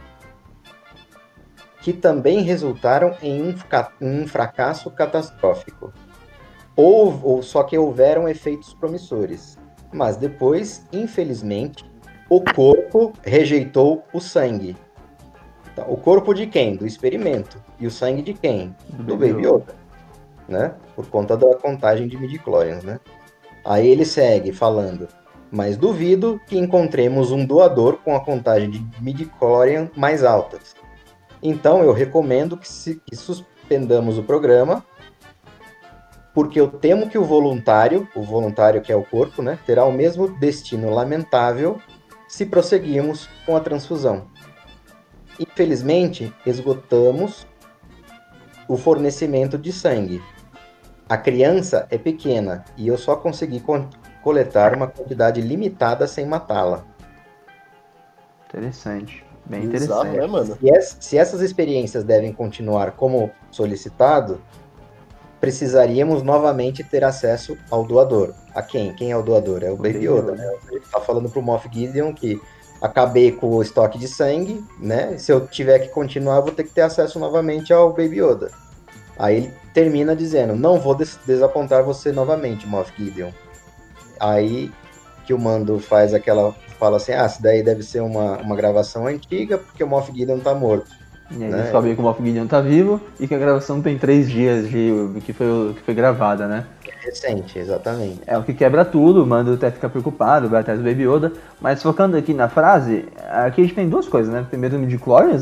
C: que também resultaram em um, fra- um fracasso catastrófico. Ou, ou só que houveram efeitos promissores. Mas depois, infelizmente, o corpo rejeitou o sangue. Então, o corpo de quem? Do experimento. E o sangue de quem? Do Baby Yoda. Né? Por conta da contagem de midichlorians, né? Aí ele segue falando, mas duvido que encontremos um doador com a contagem de midichlorian mais altas. Então eu recomendo que, se, que suspendamos o programa, porque eu temo que o voluntário, o voluntário que é o corpo, né, terá o mesmo destino lamentável se prosseguirmos com a transfusão. Infelizmente, esgotamos o fornecimento de sangue. A criança é pequena e eu só consegui co- coletar uma quantidade limitada sem matá-la.
B: Interessante, bem
G: Bizarro,
B: interessante.
G: né, mano?
C: Se, es- se essas experiências devem continuar como solicitado, precisaríamos novamente ter acesso ao doador. A quem? Quem é o doador? É o Baby Yoda, né? Ele tá falando pro Moff Gideon que acabei com o estoque de sangue, né? Se eu tiver que continuar, eu vou ter que ter acesso novamente ao Baby Yoda. Aí ele termina dizendo, não vou des- desapontar você novamente, Moff Gideon. Aí que o Mando faz aquela... Fala assim, ah, isso daí deve ser uma, uma gravação antiga, porque o Moff Gideon tá morto.
B: E aí
C: né?
B: descobre que o Moff Gideon tá vivo e que a gravação tem três dias de que foi, que foi gravada, né?
C: Recente, exatamente.
B: É o que quebra tudo, o Mando até fica preocupado, vai atrás do Baby Yoda. Mas focando aqui na frase, aqui a gente tem duas coisas, né? Primeiro o midichlorians, né?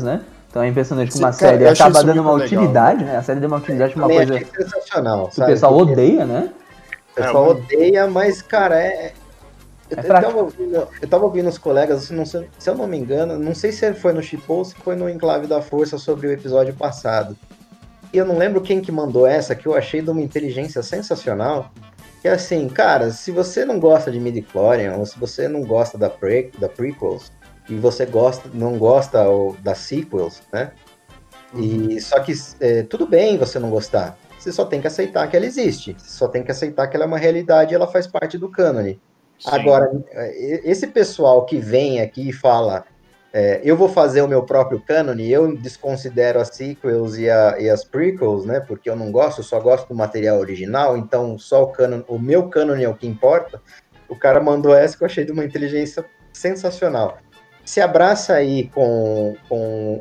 B: Então é impressionante como
D: Sim,
B: uma
D: cara,
B: série
D: eu achei
B: acaba
D: isso
B: dando uma
D: muito legal.
B: utilidade, né? A série deu uma utilidade pra uma
C: Também
B: coisa
C: achei sensacional,
B: que o
C: sabe?
B: pessoal
C: Porque
B: odeia, né?
C: O pessoal
E: É,
C: odeia, mas, cara, é. Eu,
B: É
C: eu,
B: prático.
C: tava ouvindo, eu tava ouvindo os colegas, se, não, se eu não me engano, não sei se foi no Chipou ou se foi no Enclave da Força sobre o episódio passado. E eu não lembro quem que mandou essa, que eu achei de uma inteligência sensacional. Que é assim, cara, se você não gosta de midi-chlorian, ou se você não gosta da, pre, da prequels, e você gosta, não gosta ou, das sequels, né?
D: Uhum.
C: E só que é, tudo bem você não gostar. Você só tem que aceitar que ela existe. Você só tem que aceitar que ela é uma realidade e ela faz parte do cânone.
E: Sim.
C: Agora, esse pessoal que vem aqui e fala é, eu vou fazer o meu próprio cânone, eu desconsidero as sequels e, a, e as prequels, né? Porque eu não gosto, eu só gosto do material original, então só o cânone, o meu cânone é o que importa. O cara mandou essa que eu achei de uma inteligência sensacional. Se abraça aí com, com,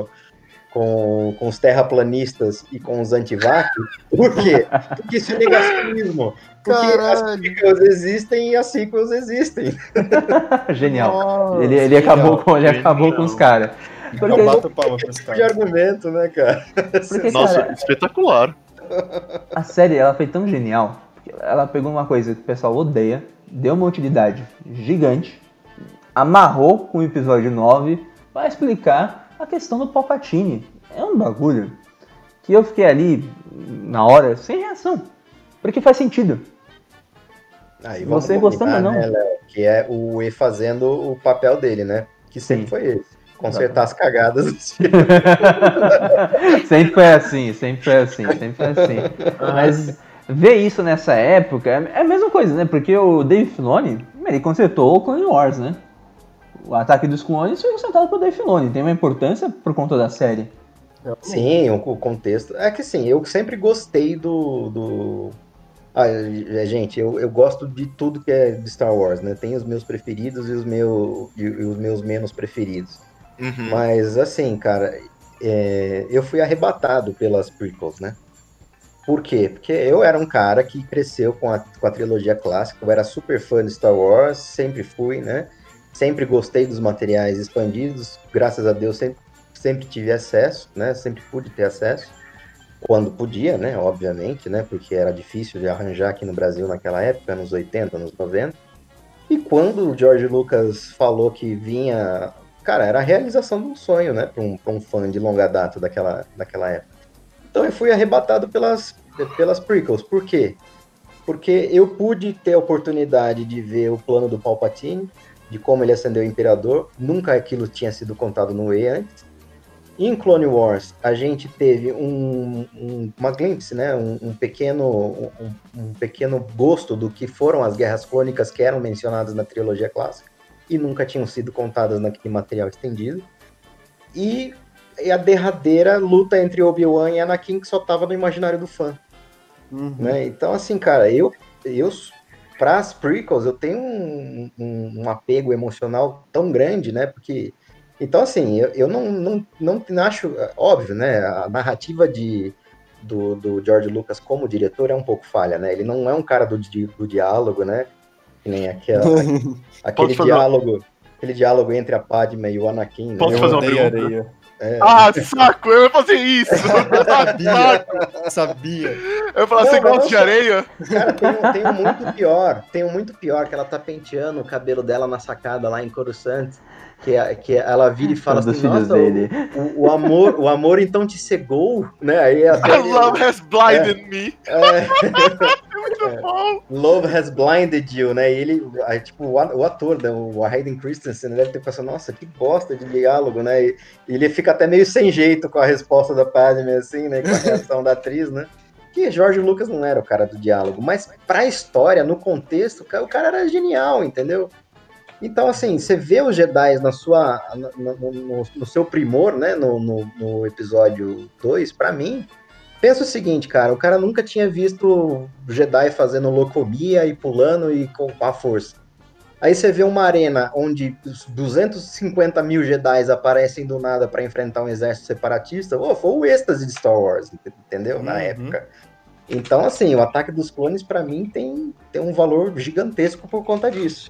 C: com, com os terraplanistas e com os antivac. Por quê? Porque isso é negacionismo. Porque
D: Caralho.
C: as prequels existem e as sequels existem.
B: Genial.
D: Nossa,
B: ele ele,
D: genial.
B: acabou, com, ele
E: Genial.
B: acabou com os caras.
D: Eu
B: Porque,
D: bato palma pra esse
C: De
D: cara.
C: argumento, né, cara?
B: porque
E: Nossa,
B: cara,
E: espetacular.
B: a série ela foi tão genial que ela pegou uma coisa que o pessoal odeia, deu uma utilidade gigante, amarrou com o episódio nove para explicar a questão do Palpatine. É um bagulho que eu fiquei ali na hora sem reação, porque faz sentido.
C: Aí,
B: Você
C: vamos
B: gostando ou
C: combinar,
B: não?
C: né, Léo? Que é o E fazendo o papel dele, né? Que sempre
B: Sim.
C: foi esse. Consertar as cagadas dos filhos.
B: Sempre foi assim, sempre foi assim, sempre foi assim. Mas ver isso nessa época é a mesma coisa, né? Porque o Dave Filoni, ele consertou o Clone Wars, né? O Ataque dos Clones foi consertado pelo Dave Filoni, tem uma importância por conta da série.
C: Sim, o o contexto. É que sim, eu sempre gostei do. do... Ah, é, gente, eu, eu gosto de tudo que é de Star Wars, né? Tem os meus preferidos e os, meu, e, e os meus menos preferidos.
E: Uhum.
C: Mas, assim, cara, é, eu fui arrebatado pelas prequels, né? Por quê? Porque eu era um cara que cresceu com a, com a trilogia clássica, eu era super fã de Star Wars, sempre fui, né? Sempre gostei dos materiais expandidos, graças a Deus sempre, sempre tive acesso, né? Sempre pude ter acesso, quando podia, né? Obviamente, né? Porque era difícil de arranjar aqui no Brasil naquela época, anos oitenta, anos noventa. E quando o George Lucas falou que vinha... Cara, era a realização de um sonho, né? Para um, para um fã de longa data daquela, daquela época. Então eu fui arrebatado pelas, pelas prequels. Por quê? Porque eu pude ter a oportunidade de ver o plano do Palpatine, de como ele ascendeu o Imperador. Nunca aquilo tinha sido contado no E antes. Em Clone Wars, a gente teve um, um, uma glimpse, né? um, um, pequeno, um, um pequeno gosto do que foram as guerras clônicas que eram mencionadas na trilogia clássica e nunca tinham sido contadas naquele material estendido. E, e a derradeira luta entre Obi-Wan e Anakin, que só estava no imaginário do fã.
D: Uhum.
C: Né? Então, assim, cara, eu, eu para as prequels, eu tenho um, um, um apego emocional tão grande, né? Porque... Então, assim, eu, eu não, não, não acho... Óbvio, né? A narrativa de, do, do George Lucas como diretor é um pouco falha, né? Ele não é um cara do, do diálogo, né? Que nem aquela, aquele
E: fazer
C: diálogo... Aquele diálogo entre a Padme e o Anakin.
E: Posso
C: né?
E: fazer uma
D: odeio
E: pergunta?
D: areia.
C: É.
E: Ah, saco! Eu ia fazer isso!
D: Sabia, sabia.
E: Eu ia falar,
C: Não,
E: você
C: mas
E: gosta
C: não
E: de
C: só-
E: areia?
C: Cara, tem, um- tem um muito pior. Tem um muito pior, que ela tá penteando o cabelo dela na sacada lá em Coruscant. Que, é- que ela vira e fala
B: Um dos
C: assim,
B: filhos
C: nossa,
B: dele.
C: o, o, o amor, o amor então te cegou, né? Aí até
E: A love has blinded me.
C: é,
E: Muito bom.
C: Love has blinded you, né? E ele, aí, tipo, o a- o ator, né, o Hayden Christensen, deve ter pensado, nossa, que bosta de diálogo, né? E, e ele fica até meio sem jeito com a resposta da Padme, assim, né? Com a reação da atriz, né? Que George Lucas não era o cara do diálogo, mas pra história, no contexto, o cara- o cara era genial, entendeu? Então, assim, você vê os Jedi na sua, no, no- no- no seu primor, né? No, no- no episódio dois, pra mim, pensa o seguinte, cara, o cara nunca tinha visto Jedi fazendo locomia e pulando e com a força. Aí você vê uma arena onde os duzentos e cinquenta mil Jedi aparecem do nada pra enfrentar um exército separatista. Ô, foi o êxtase de Star Wars, entendeu? Na
D: Uhum.
C: época. Então, assim, o Ataque dos Clones, pra mim, tem, tem um valor gigantesco por conta disso.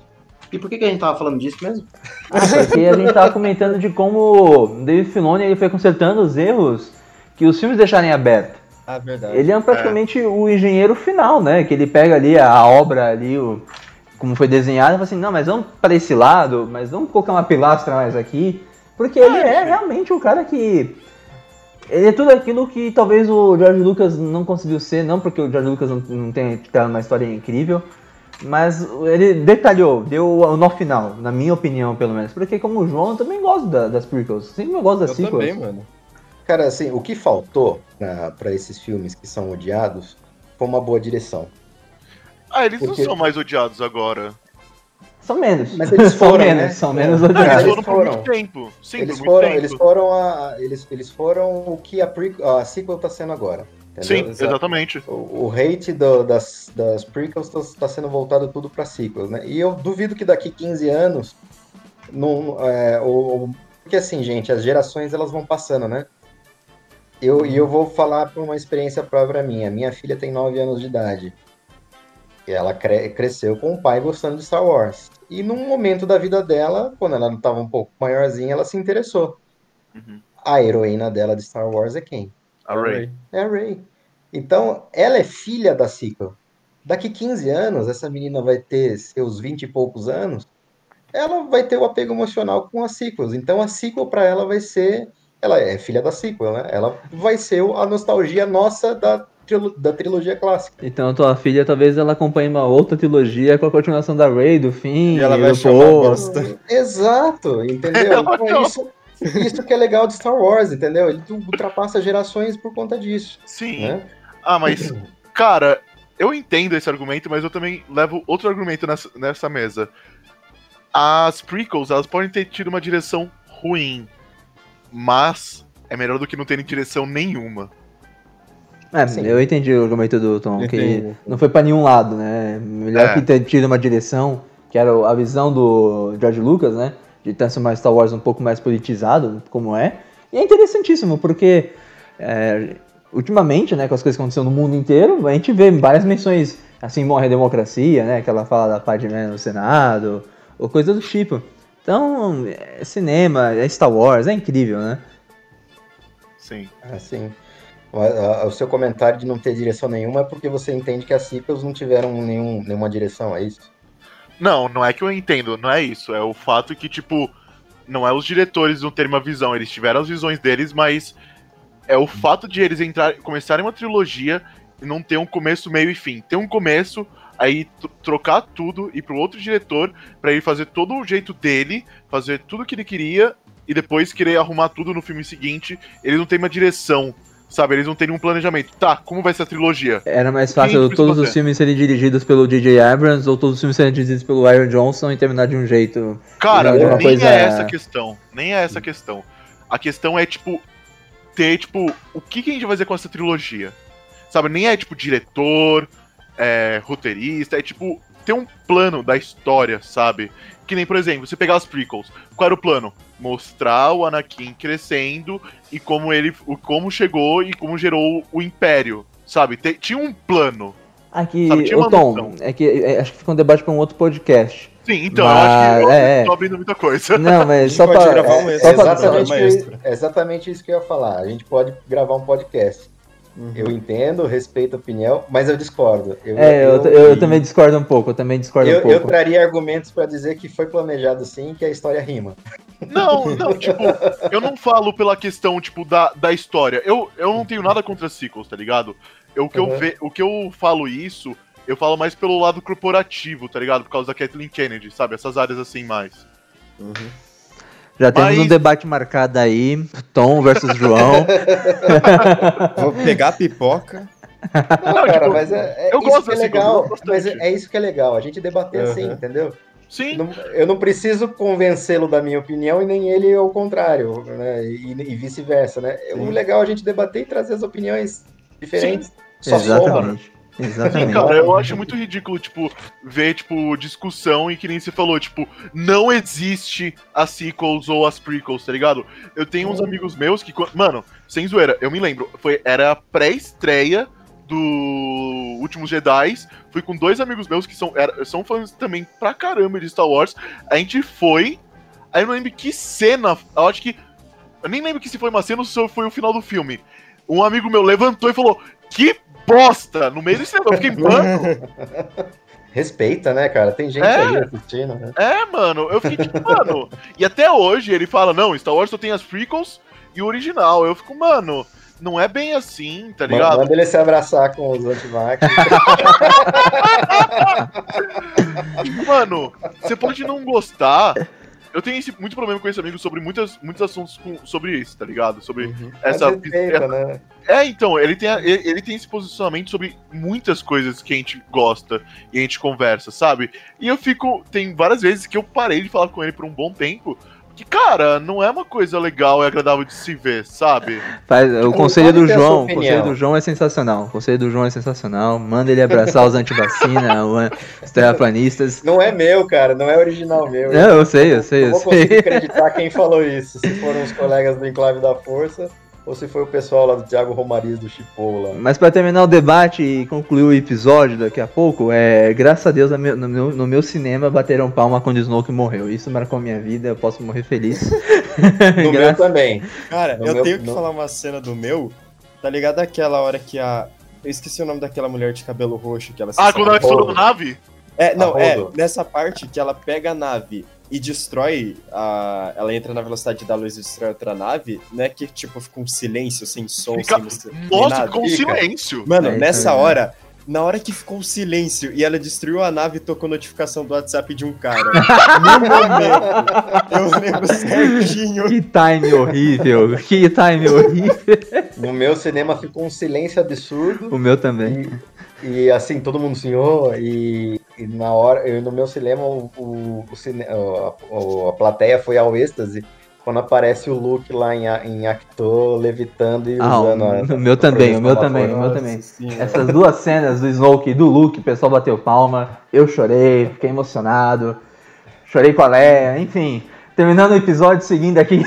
C: E por que, que a gente tava falando disso mesmo?
B: Ah, porque a gente tava comentando de como o Dave Filoni ele foi consertando os erros que os filmes deixarem aberto.
D: Ah, verdade.
B: Ele é praticamente é. o engenheiro final, né? Que ele pega ali a obra ali, o, como foi desenhado, e fala assim, não, mas vamos para esse lado, mas vamos colocar uma pilastra mais aqui. Porque ele é realmente um cara que... Ele é tudo aquilo que talvez o George Lucas não conseguiu ser, não porque o George Lucas não, não tem uma história incrível, mas ele detalhou, deu o nó final, na minha opinião, pelo menos. Porque como o João, eu também gosto da, das prequels, sempre eu gosto das
D: eu
B: sequels.
D: Eu também, mano.
C: Cara, assim, o que faltou pra, pra esses filmes que são odiados foi uma boa direção.
E: Ah, eles
C: Porque...
E: não são mais odiados agora.
B: São menos.
C: Mas eles foram,
B: são menos,
C: né?
B: são menos
E: Não,
B: odiados.
E: eles foram
C: Eles
E: por
C: foram.
E: muito tempo. Sim,
C: eles
E: por muito
C: foram,
E: tempo.
C: eles foram a, eles, eles foram o que a, pre, a sequel tá sendo agora. Entendeu?
E: Sim, exatamente.
C: O, o hate do, das, das prequels tá, tá sendo voltado tudo pra sequels, né? E eu duvido que daqui quinze anos, não, é, o, porque assim, gente, as gerações elas vão passando, né? Eu, e eu vou falar por uma experiência própria minha. Minha filha tem nove anos de idade. E ela cre- cresceu com o pai gostando de Star Wars. E num momento da vida dela, quando ela estava um pouco maiorzinha, ela se interessou.
E: Uhum.
C: A heroína dela de Star Wars é quem?
E: A Rey.
C: É a Rey. Então, ela é filha da sequel. Daqui quinze anos, essa menina vai ter seus vinte e poucos anos, ela vai ter o apego emocional com as sequels. Então, a sequel para ela vai ser... Ela é filha da sequel, né? Ela vai ser a nostalgia nossa da, trilo... da trilogia clássica.
B: Então, tua filha, talvez ela acompanhe uma outra trilogia com a continuação da Rey, do Finn,
D: E ela
B: do
D: vai chamar
B: Poe.
D: bosta.
C: Exato, entendeu? Então, isso, isso que é legal de Star Wars, entendeu? Ele ultrapassa gerações por conta disso.
E: Sim.
C: Né?
E: Ah, mas, cara, eu entendo esse argumento, mas eu também levo outro argumento nessa, nessa mesa. As prequels, elas podem ter tido uma direção ruim, mas é melhor do que não terem direção nenhuma.
B: É,
C: Sim.
B: eu entendi o argumento do Tom, que
D: Entendi.
B: não foi pra nenhum lado, né? Melhor
E: É.
B: que ter tido uma direção, que era a visão do George Lucas, né? De transformar Star Wars um pouco mais politizado, como é. E é interessantíssimo, porque é, ultimamente, né, com as coisas que aconteceram no mundo inteiro, a gente vê várias menções, assim, morre a democracia, né? Que ela fala da Padmé no Senado, ou coisa do tipo. Então, é cinema, é Star Wars, é incrível, né?
E: Sim.
C: Assim, o, a- o seu comentário de não ter direção nenhuma é porque você entende que as sequels não tiveram nenhum, nenhuma direção, é isso?
E: Não, não é que eu entendo, não é isso. É o fato que, tipo, não é os diretores não terem uma visão, eles tiveram as visões deles, mas é o fato de eles entrar, começarem uma trilogia e não ter um começo, meio e fim. Ter um começo, aí tr- trocar tudo, ir pro outro diretor, pra ele fazer todo o jeito dele, fazer tudo o que ele queria, e depois querer arrumar tudo no filme seguinte. Eles não têm uma direção, sabe? Eles não têm um planejamento. Tá, como vai ser a trilogia?
B: Era mais
E: O que a gente
B: fácil
E: precisa
B: todos os
E: fazer?
B: filmes serem dirigidos pelo J J Abrams ou todos os filmes serem dirigidos pelo Ryan Johnson e terminar de um jeito.
E: Cara,
B: de uma
E: nem
B: coisa-
E: é essa a questão. Nem é essa a questão. A questão é, tipo, ter, tipo, o que, que a gente vai fazer com essa trilogia? Sabe, nem é, tipo, diretor, é, roteirista, é, tipo, ter um plano da história, sabe? Que nem, por exemplo, você pegar as prequels. Qual era o plano? Mostrar o Anakin crescendo e como ele, o- como chegou e como gerou o Império, sabe? Te- tinha um plano.
B: Aqui,
E: Sabe, tinha
B: ô
E: uma
B: Tom,
E: noção.
B: é que é, acho que fica um debate para um outro podcast.
E: Sim, então,
B: Mas,
E: eu acho que eu
B: é,
E: tô abrindo muita coisa.
B: Não,
D: A
B: mas
D: gente
B: só
D: pode
B: pra.
D: gravar um
B: é,
D: extra,
B: só pra-
D: exatamente.
C: Exatamente,
D: maestro.
C: é exatamente isso que eu ia falar. A gente pode gravar um podcast.
D: Uhum.
C: Eu entendo, respeito a opinião, mas eu discordo. Eu,
B: É, eu, eu, eu também discordo um pouco, eu também discordo um
C: eu,
B: pouco.
C: eu traria argumentos para dizer que foi planejado sim, que a história rima.
E: Não, não, tipo, eu não falo pela questão, tipo, da, da história. Eu, eu não tenho nada contra sequels, tá ligado? Eu, o, que
C: Uhum.
E: eu ve, o que eu falo isso, eu falo mais pelo lado corporativo, tá ligado? Por causa da Kathleen Kennedy, sabe? Essas áreas assim mais.
D: Uhum.
B: Já temos
E: Mas-
B: um debate marcado aí, Tom versus João.
D: Vou pegar a pipoca.
C: Não,
E: Não,
C: cara,
E: tipo,
C: mas é, é
E: eu
C: isso
E: gosto
C: que é
E: da sequel, eu
C: legal.
E: gosto
C: Mas é,
E: bastante.
C: é isso que é legal, a gente debater assim,
D: Uhum.
C: entendeu?
E: Sim,
C: Não- eu não preciso convencê-lo da minha opinião e nem ele ao contrário, né? E, e vice-versa, né? O
D: Sim.
C: legal é a gente debater e trazer as opiniões diferentes. Só soma.
B: Exatamente.
E: sim,
B: Exatamente.
E: cara, eu acho muito ridículo, tipo, ver, tipo, discussão e que nem você falou, tipo, não existe as sequels ou as prequels, tá ligado? Eu tenho uns amigos meus que, quan- mano, sem zoeira, eu me lembro, foi, era a pré-estreia do Últimos Jedi, fui com dois amigos meus que são, era, são fãs também pra caramba de Star Wars. A gente foi, aí eu não lembro que cena, eu acho que, eu nem lembro que se foi uma cena ou se foi o final do filme. Um amigo meu levantou e falou, que bosta, no meio do cinema, eu fiquei, mano...
C: Respeita, né, cara? Tem gente
E: É.
C: aí assistindo, né?
E: É, mano, eu fiquei tipo, mano... E até hoje ele fala, não, Star Wars só tem as prequels e o original. Eu fico, mano, não é bem assim, tá ligado?
C: Manda ele se abraçar com os antivax.
E: Mano, você pode não gostar. Eu tenho esse, muito problema com esse amigo sobre muitas, muitos assuntos com, sobre isso, tá ligado? Sobre
C: Uhum.
E: essa.
C: Mas respeita,
E: é,
C: né?
E: é, então, ele tem, a- ele, ele tem esse posicionamento sobre muitas coisas que a gente gosta e a gente conversa, sabe? E eu fico. Tem várias vezes que eu parei de falar com ele por um bom tempo. Que, cara, não é uma coisa legal e agradável de se ver, sabe?
B: Faz- o
C: Tipo,
B: conselho
C: pode
B: do
C: ter a sua
B: João, o
C: opinião.
B: conselho do João é sensacional. O conselho do João é sensacional. Manda ele abraçar os antivacina, os terraplanistas.
C: Não é meu, cara, não é original meu.
B: Não, eu sei, eu sei,
C: Não
B: eu
C: vou conseguir
B: sei.
C: acreditar quem falou isso. Se foram os colegas do Enclave da Força ou se foi o pessoal lá do Thiago Romariz do Chipou lá.
B: Mas pra terminar o debate e concluir o episódio daqui a pouco, é, graças a Deus no meu, no meu, no meu cinema bateram palma quando o Snoke morreu. Isso marcou minha vida, eu posso morrer feliz.
C: No meu
B: Graças-
C: também.
D: Cara,
C: No
D: eu
C: meu-
D: tenho que
C: no-
D: falar uma cena do meu, tá ligado aquela hora que a... Eu esqueci o nome daquela mulher de cabelo roxo que ela se
E: Ah, quando ela
D: salva.
E: estourou na nave?
D: É, não,
C: A
D: é,
C: Rodo.
D: nessa parte que ela pega a nave e destrói a... Ela entra na velocidade da luz e destrói outra nave, né? Que, tipo, fica um silêncio, sem som,
E: Fica-
D: sem música, nem
E: Nossa,
D: nada.
E: ficou um
C: Fica.
E: silêncio.
D: Mano,
B: É isso
D: nessa
B: aí, né?
D: hora, na hora que ficou o silêncio e ela destruiu a nave, tocou notificação do WhatsApp de um cara. No momento, eu lembro certinho.
B: Que time horrível, que time horrível.
C: No meu cinema ficou um silêncio absurdo.
B: O meu também.
C: E, e, assim, todo mundo senhor. E, e na hora, eu, no meu cinema, o, o, o cine, a, a- a plateia foi ao êxtase quando aparece o Luke lá em, A- em Acto levitando e
B: Ah,
C: usando a.
B: o meu também, o meu
C: projeção
B: também,
C: da
B: o meu
C: força.
B: também.
D: Nossa senhora.
B: Essas duas cenas do Snoke e do Luke, o pessoal bateu palma, eu chorei, fiquei emocionado, chorei com a Leia, enfim. Terminando o episódio, seguindo aqui.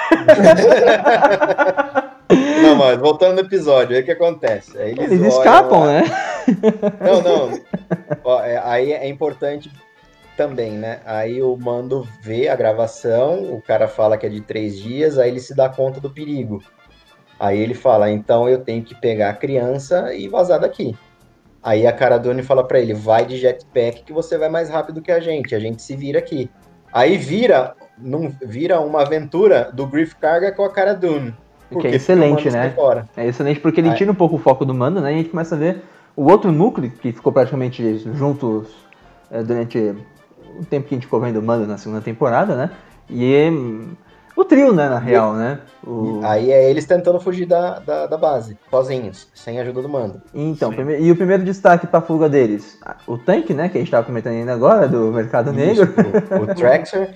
C: Não, mas voltando no episódio, aí o que acontece? Aí eles,
B: Eles
C: olham
B: escapam,
C: lá-
B: né?
C: Não, não. Ó, é, aí é importante também, né? Aí o Mando vê a gravação, o cara fala que é de três dias, aí ele se dá conta do perigo. Aí ele fala, então eu tenho que pegar a criança e vazar daqui. Aí a Cara Dune fala pra ele, vai de jetpack que você vai mais rápido que a gente, a gente se vira aqui. Aí vira, não, vira uma aventura do Griff Karga com a Cara Dune. Por
B: Que é
C: quê? Porque o
B: excelente,
C: Mando sai
B: né?
C: fora.
B: É excelente porque ele
C: Aí-
B: tira um pouco o foco do Mando, né? E a gente começa a ver o outro núcleo que ficou praticamente juntos é, durante o tempo que a gente ficou vendo o Mando na segunda temporada, né? E hum, o trio, né, na real, né? O...
C: Aí é eles tentando fugir da, da, da base, sozinhos, sem a ajuda do Mando.
B: Então,
E: Sim.
B: prime- e o primeiro destaque pra fuga deles? Ah, o tanque, né, que a gente tava comentando ainda agora, do Mercado Negro.
C: Isso, o, o Traxxer,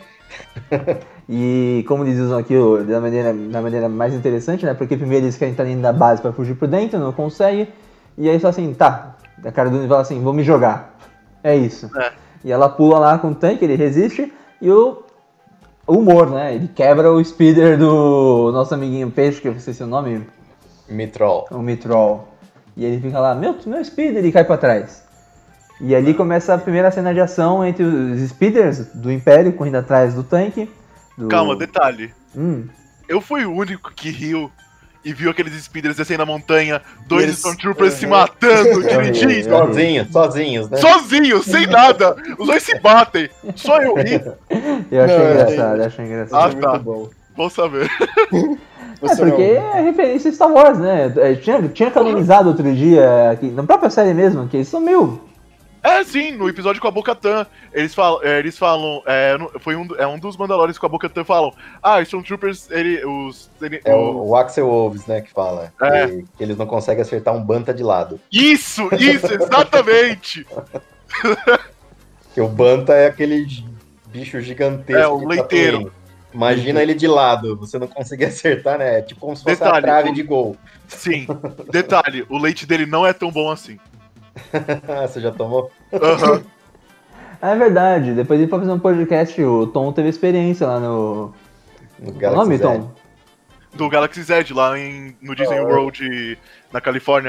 B: E como eles usam aqui o- da maneira, da maneira mais interessante, né? Porque primeiro eles querem estar dentro da base pra fugir por dentro, não consegue. E aí só assim, tá. A Cara Dune fala assim, vou me jogar. É isso.
E: É.
B: E ela pula lá com o tanque, ele resiste. E o, o humor, né? Ele quebra o speeder do nosso amiguinho peixe, que eu não sei se é o nome,
C: Mitrol.
B: o Mitrol. E ele fica lá, meu, meu speeder, e cai pra trás. E ali começa a primeira cena de ação entre os speeders do Império correndo atrás do tanque. do-
E: Calma, detalhe.
B: Hum.
E: Eu fui o único que riu e viu aqueles speeders descendo a montanha, dois
D: Eles-
E: Stormtroopers se
D: Uhum.
E: matando,
B: Eu ri,
E: dirigindo,
B: eu ri.
C: Sozinhos, sozinhos, né?
E: sozinhos, sem nada. Os dois se batem. Só eu ri.
B: Eu achei
D: Não,
B: engraçado, eu
D: é-
B: achei
E: Ah,
B: engraçado.
D: Isso é
E: tá.
D: muito bom.
E: Vou saber.
B: É
D: Você
B: porque
D: não-
B: é referência a Star Wars, né? É, Tinha, tinha canonizado outro dia, aqui, na própria série mesmo, que eles sumiu.
E: É, sim, no episódio com a Bo-Katan, eles falam, é, eles falam é, no- foi um, é um dos Mandalorians com a Bo-Katan falam, ah, os Stormtroopers, ele, os... Ele,
C: É
E: o-
C: o, o Axel Wolves, né, que fala.
E: É.
C: Que, que eles não conseguem acertar um Banta de lado.
E: Isso, isso, exatamente!
C: Porque o Banta é aquele bicho gigantesco.
E: É, o
C: de
E: leiteiro.
C: Tatooine. Imagina ele de lado, você não conseguir acertar, né? É tipo como se fosse
E: Detalhe,
C: a trave
E: o-
C: de gol.
E: Sim, detalhe, o leite dele não é tão bom assim.
C: Você já tomou?
E: Aham.
B: É verdade, depois ele foi fazer um podcast, o Tom teve experiência lá no...
C: No
B: Qual é o nome,
C: Galaxy
B: Tom?
E: Do Galaxy Z, lá em, no Disney
C: Ah, é.
E: World na Califórnia.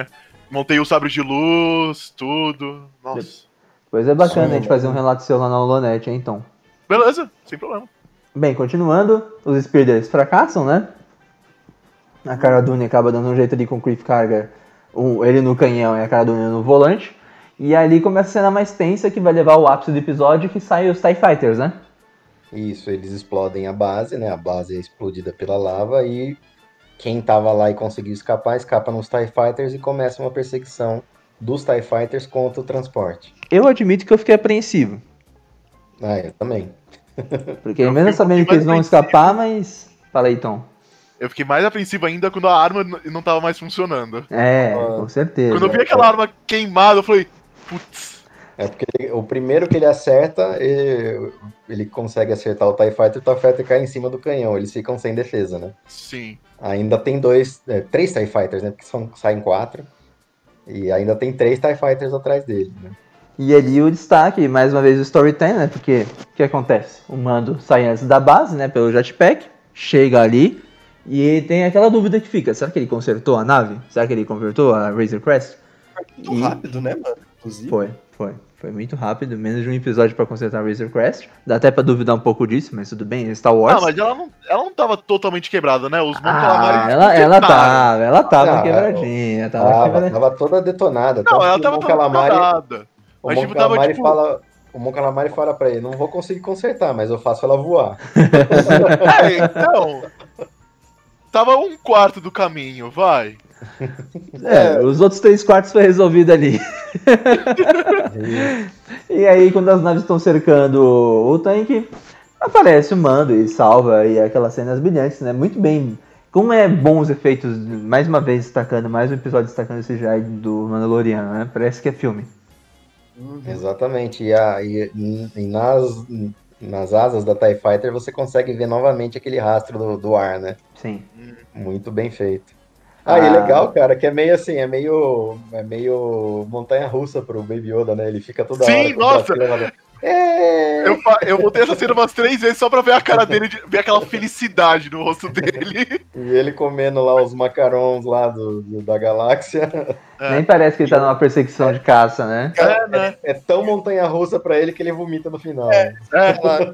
E: Montei o sabre de luz, tudo. Nossa.
B: Pois é bacana
C: Sim,
B: a gente fazer um relato seu lá na Holonet, hein, então.
E: Beleza, sem problema.
B: Bem, continuando, os Speeders fracassam, né? A Cara Dune acaba dando um jeito ali com o Cliff Carga, um, ele no canhão e a Cara Dune no volante. E ali começa a cena mais tensa que vai levar ao ápice do episódio, que sai os TIE Fighters, né?
C: Isso, eles explodem a base, né? A base é explodida pela lava e quem tava lá e conseguiu escapar, escapa nos TIE Fighters e começa uma perseguição dos TIE Fighters contra o transporte.
B: Eu admito que eu fiquei apreensivo.
C: Ah, eu também.
B: Porque
E: Eu
B: mesmo
E: fiquei um
B: sabendo que eles vão
E: pouquinho mais
B: escapar, mas... Fala aí, Tom.
E: Eu fiquei mais apreensivo ainda quando a arma n- não tava mais funcionando.
B: É,
C: Ah.
B: com certeza.
E: Quando eu vi aquela arma queimada, eu falei, putz.
C: É porque ele- o primeiro que ele acerta, ele, ele consegue acertar o TIE Fighter e o TIE Fighter cai em cima do canhão. Eles ficam sem defesa, né?
E: Sim.
C: Ainda tem dois, é, três TIE Fighters, né? Porque são, saem quatro. E ainda tem três TIE Fighters atrás dele, né?
B: E ali o destaque, mais uma vez, o Storytime, né? Porque o que acontece? O Mando sai antes da base, né? Pelo jetpack, chega ali e tem aquela dúvida que fica. Será que ele consertou a nave? Será que ele convertou a Razor Crest?
D: Muito
B: E-
D: rápido, né, mano? Inclusive.
B: Foi, foi. Foi muito rápido, menos de um episódio pra consertar a Razor Crest. Dá até pra duvidar um pouco disso, mas tudo bem, é Star Wars.
E: Ah, mas ela não, ela não tava totalmente quebrada, né? Os Mon
B: Ah,
E: Calamari
B: ela, ela tava, ela tava
C: Ah,
B: quebradinha, tava
C: Tava,
B: quebradinha.
C: tava toda detonada.
E: Não,
C: tanto
E: ela
C: que
E: tava
C: o Mon
E: toda
C: Calamari,
E: quebrada.
C: o
E: Mas,
C: Mon
E: tipo, tava,
C: Calamari
E: tipo-
C: fala, o Mon Calamari fala pra ele, não vou conseguir consertar, mas eu faço ela voar.
E: É, então. Tava um quarto do caminho, vai.
B: É, os outros três quartos foi resolvido ali. E aí, quando as naves estão cercando o tanque, aparece o Mando e salva, e aquelas cenas brilhantes, né? Muito bem. Como é bom os efeitos, mais uma vez destacando, mais um episódio destacando esse C G I do Mandaloriano, né? Parece que é filme.
C: Exatamente. E, a, e, e nas, nas asas da TIE Fighter você consegue ver novamente aquele rastro do, do ar, né?
B: Sim.
C: Muito bem feito. Ah, e é
B: Ah.
C: legal, cara, que é meio assim, é meio, é meio montanha-russa pro Baby Yoda, né? Ele fica toda
E: Sim,
C: hora... com
E: nossa!
C: aquela cena, É...
E: Eu, fa- eu voltei essa cena umas três vezes só pra ver a cara dele, de- ver aquela felicidade no rosto dele.
C: E ele comendo lá os macarons lá do, do- da galáxia.
E: É.
B: Nem parece que ele tá numa perseguição de caça, né?
E: É, né?
C: É tão montanha-russa pra ele que ele vomita no final. né?
E: É.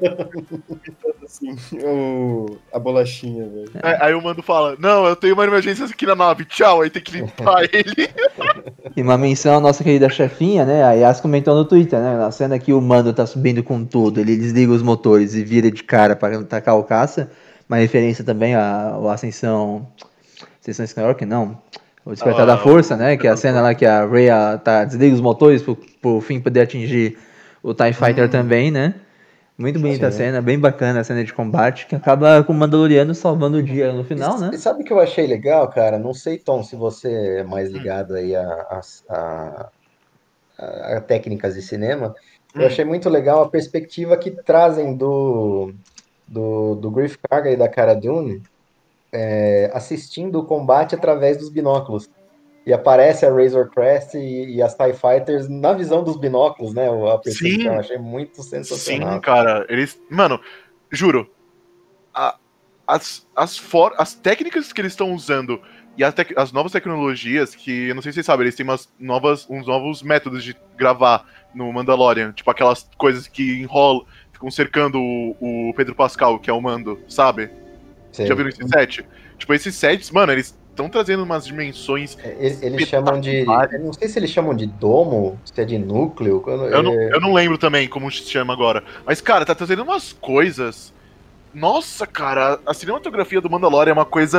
D: Assim, o... a bolachinha, velho.
E: É, aí o Mando fala, não, eu tenho uma emergência aqui na nave, tchau, aí tem que limpar ele.
B: E uma menção à nossa querida chefinha, né? A Yas comentou no Twitter, né? Na cena que o Mando tá subindo com tudo, ele desliga os motores e vira de cara para atacar o caça. Uma referência também à, à Ascensão. Ascensão Skywalker, não. O Despertar
E: Ah,
B: da Força, né?
E: o-
B: Que é a cena lá que a Rey ah, tá, desliga os motores pro, pro fim poder atingir o TIE Fighter também, né? Muito bonita a
C: Sim.
B: cena, bem bacana a cena de combate, que acaba com o Mandaloriano salvando o dia no final, né?
C: E sabe o que eu achei legal, cara? Não sei, Tom, se você é mais ligado aí a, a, a- a- a técnicas de cinema. Eu
E: Hum.
C: achei muito legal a perspectiva que trazem do, do, do Griff Karga e da Cara Dune é, assistindo o combate através dos binóculos. E aparece a Razor Crest e, e as TIE Fighters na visão dos binóculos, né? A percepção,
E: Sim.
C: eu achei muito sensacional.
E: Sim, cara, eles. Mano, juro. a- as, as, for, as técnicas que eles estão usando e as, tec- as novas tecnologias, que eu não sei se vocês sabem, eles têm umas novas, uns novos métodos de gravar no Mandalorian. Tipo aquelas coisas que enrolam, ficam cercando o, o Pedro Pascal, que é o Mando, sabe?
C: Sei.
E: Já viram esse set? Tipo, esses sets, mano, eles estão trazendo umas dimensões.
C: Eles, eles chamam de. Eu não sei se eles chamam de domo, se é de núcleo. quando-
E: Eu não,
C: é,
E: eu não lembro também como se chama agora. Mas, cara, tá trazendo umas coisas. Nossa, cara, a cinematografia do Mandalorian é uma coisa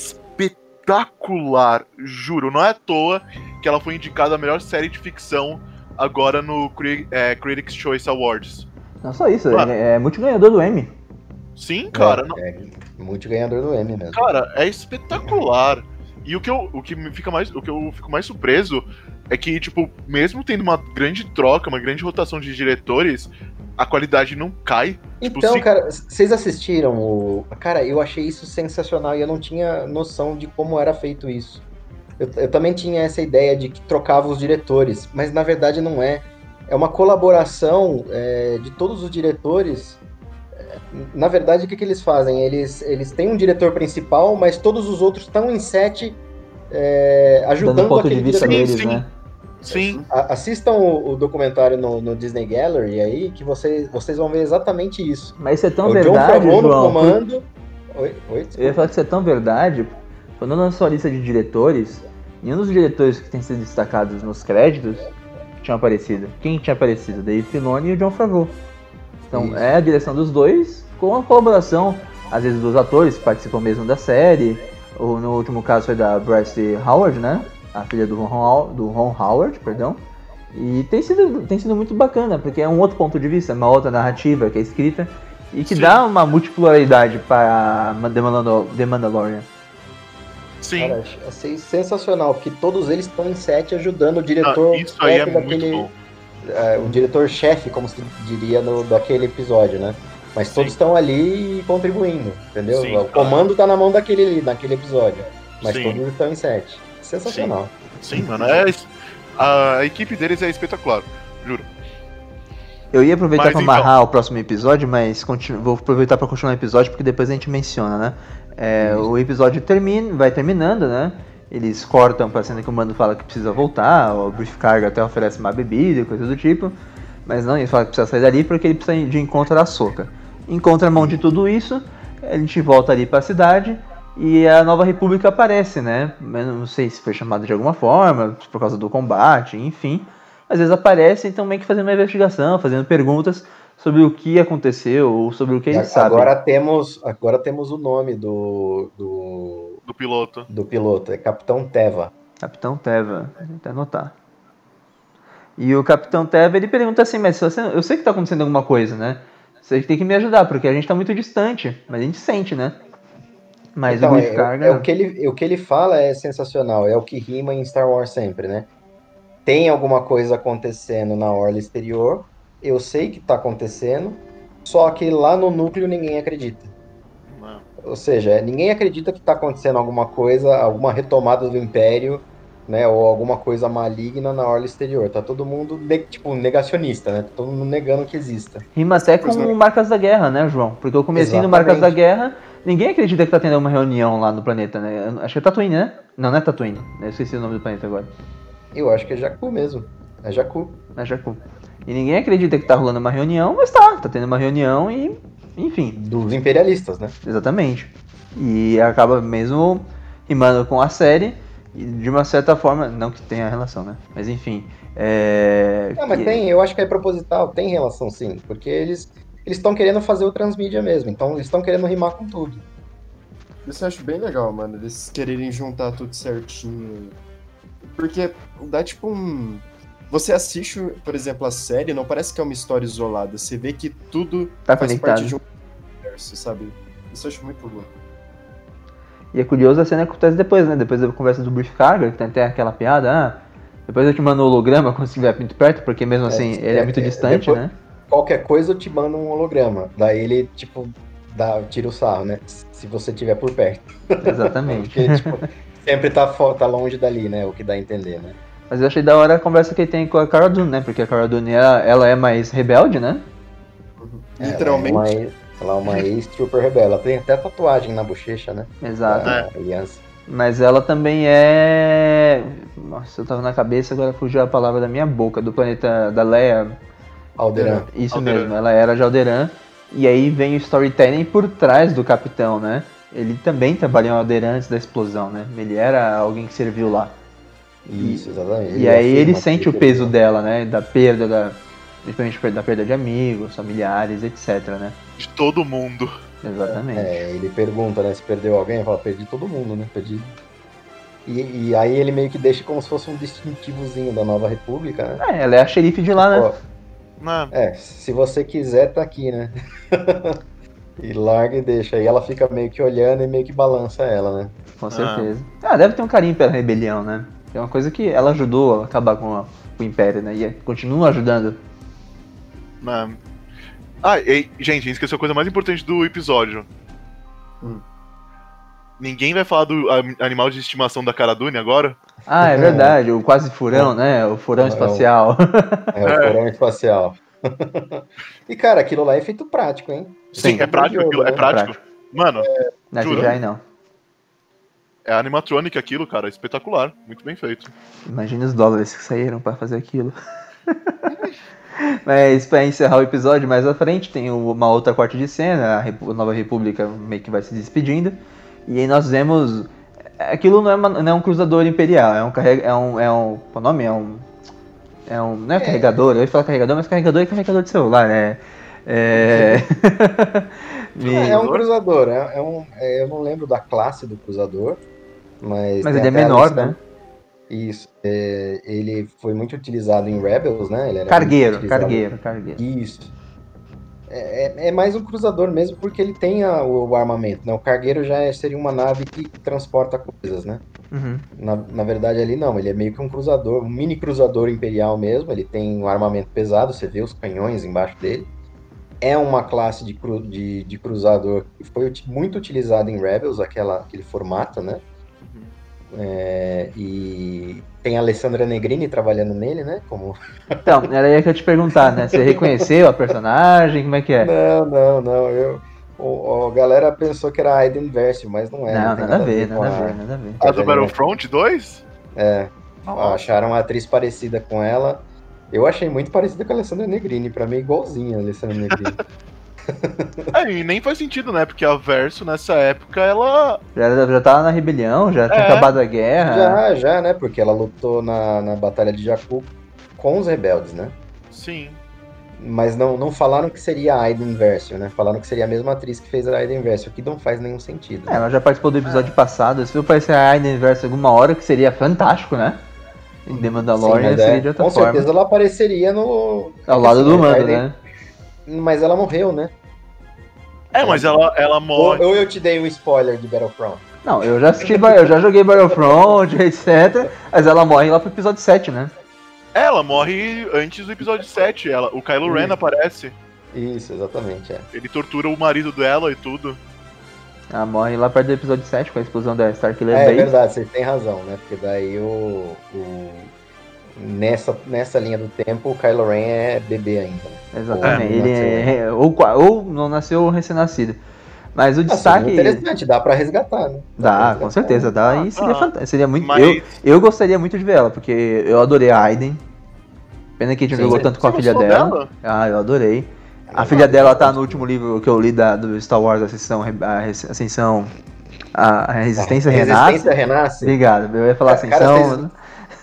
E: espetacular. Juro, não é à toa que ela foi indicada a melhor série de ficção agora no Cri- é, Critics' Choice Awards.
B: Não só isso,
E: Mano.
B: é, é multiganhador do Emmy.
E: Sim, cara, não-
C: é, é multiganhador do M mesmo.
E: cara, é espetacular. E o que eu, o que me fica mais, o que eu fico mais surpreso é que, tipo, mesmo tendo uma grande troca, uma grande rotação de diretores, a qualidade não cai. Tipo,
C: Então,
E: se-
C: cara, vocês assistiram o. Cara, eu achei isso sensacional e eu não tinha noção de como era feito isso. Eu, eu também tinha essa ideia de que trocava os diretores, mas na verdade não é. É uma colaboração é, de todos os diretores. É, Na verdade, o que, que eles fazem? Eles, eles têm um diretor principal, mas todos os outros estão em set é,
B: Dando
C: ajudando
B: o ponto de
C: aquele
B: vista
C: diretor.
B: deles,
E: sim.
B: né?
E: Sim.
C: A- Assistam o, o documentário no, no Disney Gallery aí, que vocês, vocês vão ver exatamente isso.
B: Mas isso é tão
C: o John
B: verdade,
C: Favreau no
B: João. por-
C: comando. Oi, oi,
B: Eu ia
C: desculpa.
B: falar que isso é tão verdade. Quando lançou a lista de diretores, nenhum dos diretores que têm sido destacados nos créditos tinham aparecido. Quem tinha aparecido? Dave Filoni e o John Favreau. Então
C: Isso.
B: é a direção dos dois, com a colaboração, às vezes, dos atores que participam mesmo da série. Ou no último caso foi da Bryce Howard, né? A filha do Ron, How- do Ron Howard, perdão. E tem sido, tem sido muito bacana, porque é um outro ponto de vista, uma outra narrativa que é escrita e que
E: Sim.
B: dá uma multipolaridade para The Mandal- The Mandalorian.
E: Sim.
C: Cara, achei sensacional, porque todos eles estão em set ajudando o diretor.
E: Ah, isso aí é
C: chefe
E: muito
C: daquele,
E: bom.
C: é, o diretor-chefe, como se diria no, daquele episódio, né? Mas
E: Sim.
C: todos estão ali contribuindo, entendeu?
E: Sim,
C: o comando tá na mão daquele ali, naquele episódio. Mas
E: Sim.
C: todos estão em set. Sensacional.
E: Sim, mano. É, a equipe deles é espetacular. Juro.
B: Eu ia aproveitar
E: Mas
B: para
E: então-
B: amarrar o próximo episódio, mas continu- vou aproveitar para continuar o episódio porque depois a gente menciona, né? É, o episódio termina, vai terminando, né? Eles cortam pra cena que o Mando fala que precisa voltar, o Brief Cargo até oferece uma bebida e coisa do tipo, mas não, ele fala que precisa sair dali porque ele precisa de encontro da Ahsoka. Encontra a mão de tudo isso, a gente volta ali pra cidade e a Nova República aparece, né? Eu não sei se foi chamado de alguma forma, por causa do combate, enfim. Às vezes aparecem então meio que fazendo uma investigação, fazendo perguntas sobre o que aconteceu ou sobre o que
C: E
B: eles
C: a-
B: sabem.
C: agora temos, agora temos o nome do, do,
E: Do piloto.
C: do piloto, é Capitão Teva.
B: Capitão Teva, vou até anotar. E o Capitão Teva, ele pergunta assim, mas você, eu sei que tá acontecendo alguma coisa, né? Você tem que me ajudar, porque a gente tá muito distante, mas a gente sente, né? Mas
C: Então,
B: o
C: é,
B: Grief Karga...
C: é o que ele, o que ele fala é sensacional, é o que rima em Star Wars sempre, né? Tem alguma coisa acontecendo na orla exterior, eu sei que tá acontecendo, só que lá no núcleo ninguém acredita.
E: Não.
C: Ou seja, ninguém acredita que tá acontecendo alguma coisa, alguma retomada do Império, né? Ou alguma coisa maligna na orla exterior. Tá todo mundo, ne- tipo, negacionista, né? Tá todo mundo negando que exista.
B: Rima até com
D: Pois não.
B: o Marcas da Guerra, né, João? Porque o comecinho do Marcas da
C: Exatamente.
B: Guerra, ninguém acredita que tá tendo uma reunião lá no planeta, né? Eu acho que é Tatooine, né? Não, não é Tatooine. Eu esqueci o nome do planeta agora.
C: Eu acho que é Jakku mesmo. É Jakku.
B: É Jakku. E ninguém acredita que tá rolando uma reunião, mas tá. Tá tendo uma reunião e... Enfim,
C: Dos imperialistas, né?
B: exatamente. E acaba mesmo rimando com a série, e de uma certa forma, não que tenha relação, né? Mas enfim. É...
C: Não, mas
B: que-
C: tem, eu acho que é proposital, tem relação sim. Porque eles eles estão querendo fazer o transmídia mesmo. Então eles estão querendo rimar com tudo.
D: Isso eu acho bem legal, mano, eles quererem juntar tudo certinho. Porque dá tipo um. Você assiste, por exemplo, a série, não parece que é uma história isolada. Você vê que tudo
B: Tá
D: faz
B: conectado.
D: parte de um universo, sabe? Isso eu acho muito louco.
B: E é curioso a cena que acontece depois, né? Depois da conversa do Brief Cargo, que tem até aquela piada, ah, depois eu te mando o holograma quando estiver muito perto, porque mesmo assim ele é,
C: é,
B: muito
C: é,
B: distante,
C: depois-
B: né?
C: Qualquer coisa eu te mando um holograma. Daí ele, tipo, dá, tira o sarro, né? Se você estiver por perto.
B: Exatamente.
C: Porque, tipo, sempre tá, fo- tá longe dali, né? O que dá a entender, né?
B: Mas eu achei da hora a conversa que ele tem com a Cara Dune, né? Porque a Cara Dune, ela, ela é mais rebelde, né?
D: Literalmente.
C: Ela é uma, ela é uma ex-trooper rebelde. Ela tem até tatuagem na bochecha, né?
B: Exato.
C: Da aliança.
B: Mas ela também é... Nossa, eu tava na cabeça, agora fugiu a palavra da minha boca, do planeta da Leia.
C: Alderan.
B: Isso
E: Alderaan.
B: mesmo, ela era de Alderaan. E aí vem o storytelling por trás do capitão, né? Ele também trabalhou em Alderaan antes da explosão, né? Ele era alguém que serviu lá.
C: Isso, exatamente.
B: E aí ele
C: afirma
B: sente
C: que
B: o peso dela, né? Da perda, da, principalmente da perda de amigos, familiares, etc, né?
E: De todo mundo.
B: Exatamente.
C: É, ele pergunta, né? Se perdeu alguém, ele fala, perdi todo mundo, né? Perdi. E, e aí ele meio que deixa como se fosse um distintivozinho da Nova República, né?
B: É, ela é a xerife de lá, né?
C: Ó,
E: Não,
C: é, se você quiser, tá aqui, né? E larga e deixa. Aí ela fica meio que olhando e meio que balança ela, né?
B: Com certeza. Ah, deve ter um carinho pela rebelião, né? É uma coisa que ela ajudou a acabar com, a- com o Império, né? E continua ajudando.
E: não. Ah, e, gente, esqueceu a coisa mais importante do episódio.
D: Hum.
E: Ninguém vai falar do a- animal de estimação da Cara Dune agora?
B: Ah, é verdade, o quase furão, né? O furão
C: É,
B: espacial.
C: É o porão espacial. E, cara, aquilo lá é efeito prático, hein?
E: Sim,
B: Sim,
E: é prático, aquilo, é
C: né?
E: prático. Mano,
B: Na
E: Jura?
B: C G I não.
E: é animatronic aquilo, cara, espetacular, muito bem feito.
B: Imagina os dólares que saíram pra fazer aquilo. Mas pra encerrar o episódio, mais à frente tem uma outra corte de cena, a Repu- a Nova República meio que vai se despedindo, e aí nós vemos, aquilo não é, uma- não é um cruzador imperial, é um carrega, é um, é um, qual é o nome? É um, é um, não é,
C: É.
B: carregador, eu ia falar carregador, mas carregador é carregador de celular, né? É... Me-
C: É, é um cruzador, é, é um, é, eu não lembro da classe do cruzador, mas...
B: Mas
C: tem
B: ele é
C: até a
B: menor,
C: lista-
B: né?
C: Isso, é, ele foi muito utilizado em Rebels, né? Ele era
B: Cargueiro,
C: muito utilizado-
B: cargueiro, cargueiro.
C: Isso. É, é- é mais um cruzador mesmo porque ele tem a- o, o armamento, né? O cargueiro já é- seria uma nave que transporta coisas, né?
B: Uhum.
C: Na, na verdade ali não, ele é meio que um cruzador, um mini cruzador imperial mesmo, ele tem um armamento pesado, você vê os canhões embaixo dele. É uma classe de, cru, de, de cruzador que foi uti- muito utilizada em Rebels, aquela, aquele formato, né? É, e tem a Alessandra Negrini trabalhando nele, né? Como...
B: Então, era aí que eu ia te perguntar, né? Você reconheceu a personagem? Como é que é?
C: Não, não, não, eu... O, a galera pensou que era a Aiden Versio, mas não é.
B: Não,
C: tem
B: nada a ver,
C: com
B: nada a ver, nada a ver.
E: A do Battlefront dois?
C: É,
E: Nossa.
C: acharam uma atriz parecida com ela. Eu achei muito parecida com a Alessandra Negrini, pra mim igualzinha a Alessandra Negrini.
E: É, e nem faz sentido, né? Porque a Verso, nessa época, ela...
B: Já, era- já tava na rebelião, já tinha
E: É.
B: acabado a guerra.
C: Já, já, né? Porque ela lutou na, na Batalha de Jakku com os rebeldes, né?
E: Sim.
C: Mas não, não falaram que seria a Aiden Versio, né? Falaram que seria a mesma atriz que fez a Aiden Versio, o que não faz nenhum sentido.
B: É, ela já participou do episódio passado. Se eu aparecer a Aiden Verso alguma hora, que seria fantástico, né? Em The
C: Sim,
B: Mandalorian
C: mas
B: seria
C: é,
B: de outra
C: com
B: forma.
C: certeza ela apareceria no...
B: Ao lado
C: assim,
B: do
C: a
B: Mando,
C: Aiden-
B: né?
C: Mas ela morreu, né?
E: É, mas ela, ela
C: Ou,
E: morre...
C: ou eu te dei um spoiler de Battlefront?
B: Não, eu já assisti, Ba- eu já joguei Battlefront, etcétera. Mas ela morre lá pro episódio sete, né?
E: Ela morre antes do episódio sete. Ela, o Kylo Ren
C: Isso.
E: aparece.
C: Isso, exatamente, é.
E: Ele tortura o marido dela e tudo.
B: Ela morre lá perto do episódio sete, com a explosão da Starkiller
C: É, é
B: Base.
C: verdade, vocês têm razão, né? Porque daí o, o- nessa, nessa linha do tempo o Kylo Ren é bebê ainda. Né?
B: Exatamente.
C: Ou não
B: Ele é, ou, qua- ou não nasceu recém-nascido. Mas o
C: Assim,
B: destaque.
C: interessante, dá pra resgatar, né?
B: Dá,
C: pra
B: com
C: resgatar.
B: certeza, dá. E seria
E: Ah,
B: fantástico. Seria muito.
E: mas-
B: Eu, eu gostaria muito de ver ela, porque eu adorei a Aiden. Pena que a gente
C: Sim,
B: jogou
C: você-
B: tanto com a
E: você
B: filha
E: gostou
B: dela.
E: dela?
B: Ah, eu adorei. A
C: Eu
B: filha
C: gosto,
B: dela
C: eu
B: tá
C: gosto.
B: no último livro que eu li da, do Star Wars Ascensão, a Res- Ascensão. A, a Resistência
C: A
B: Renasce.
C: Resistência renasce.
B: Obrigado, eu ia falar
C: Cara, cara,
B: Ascensão.
C: vocês-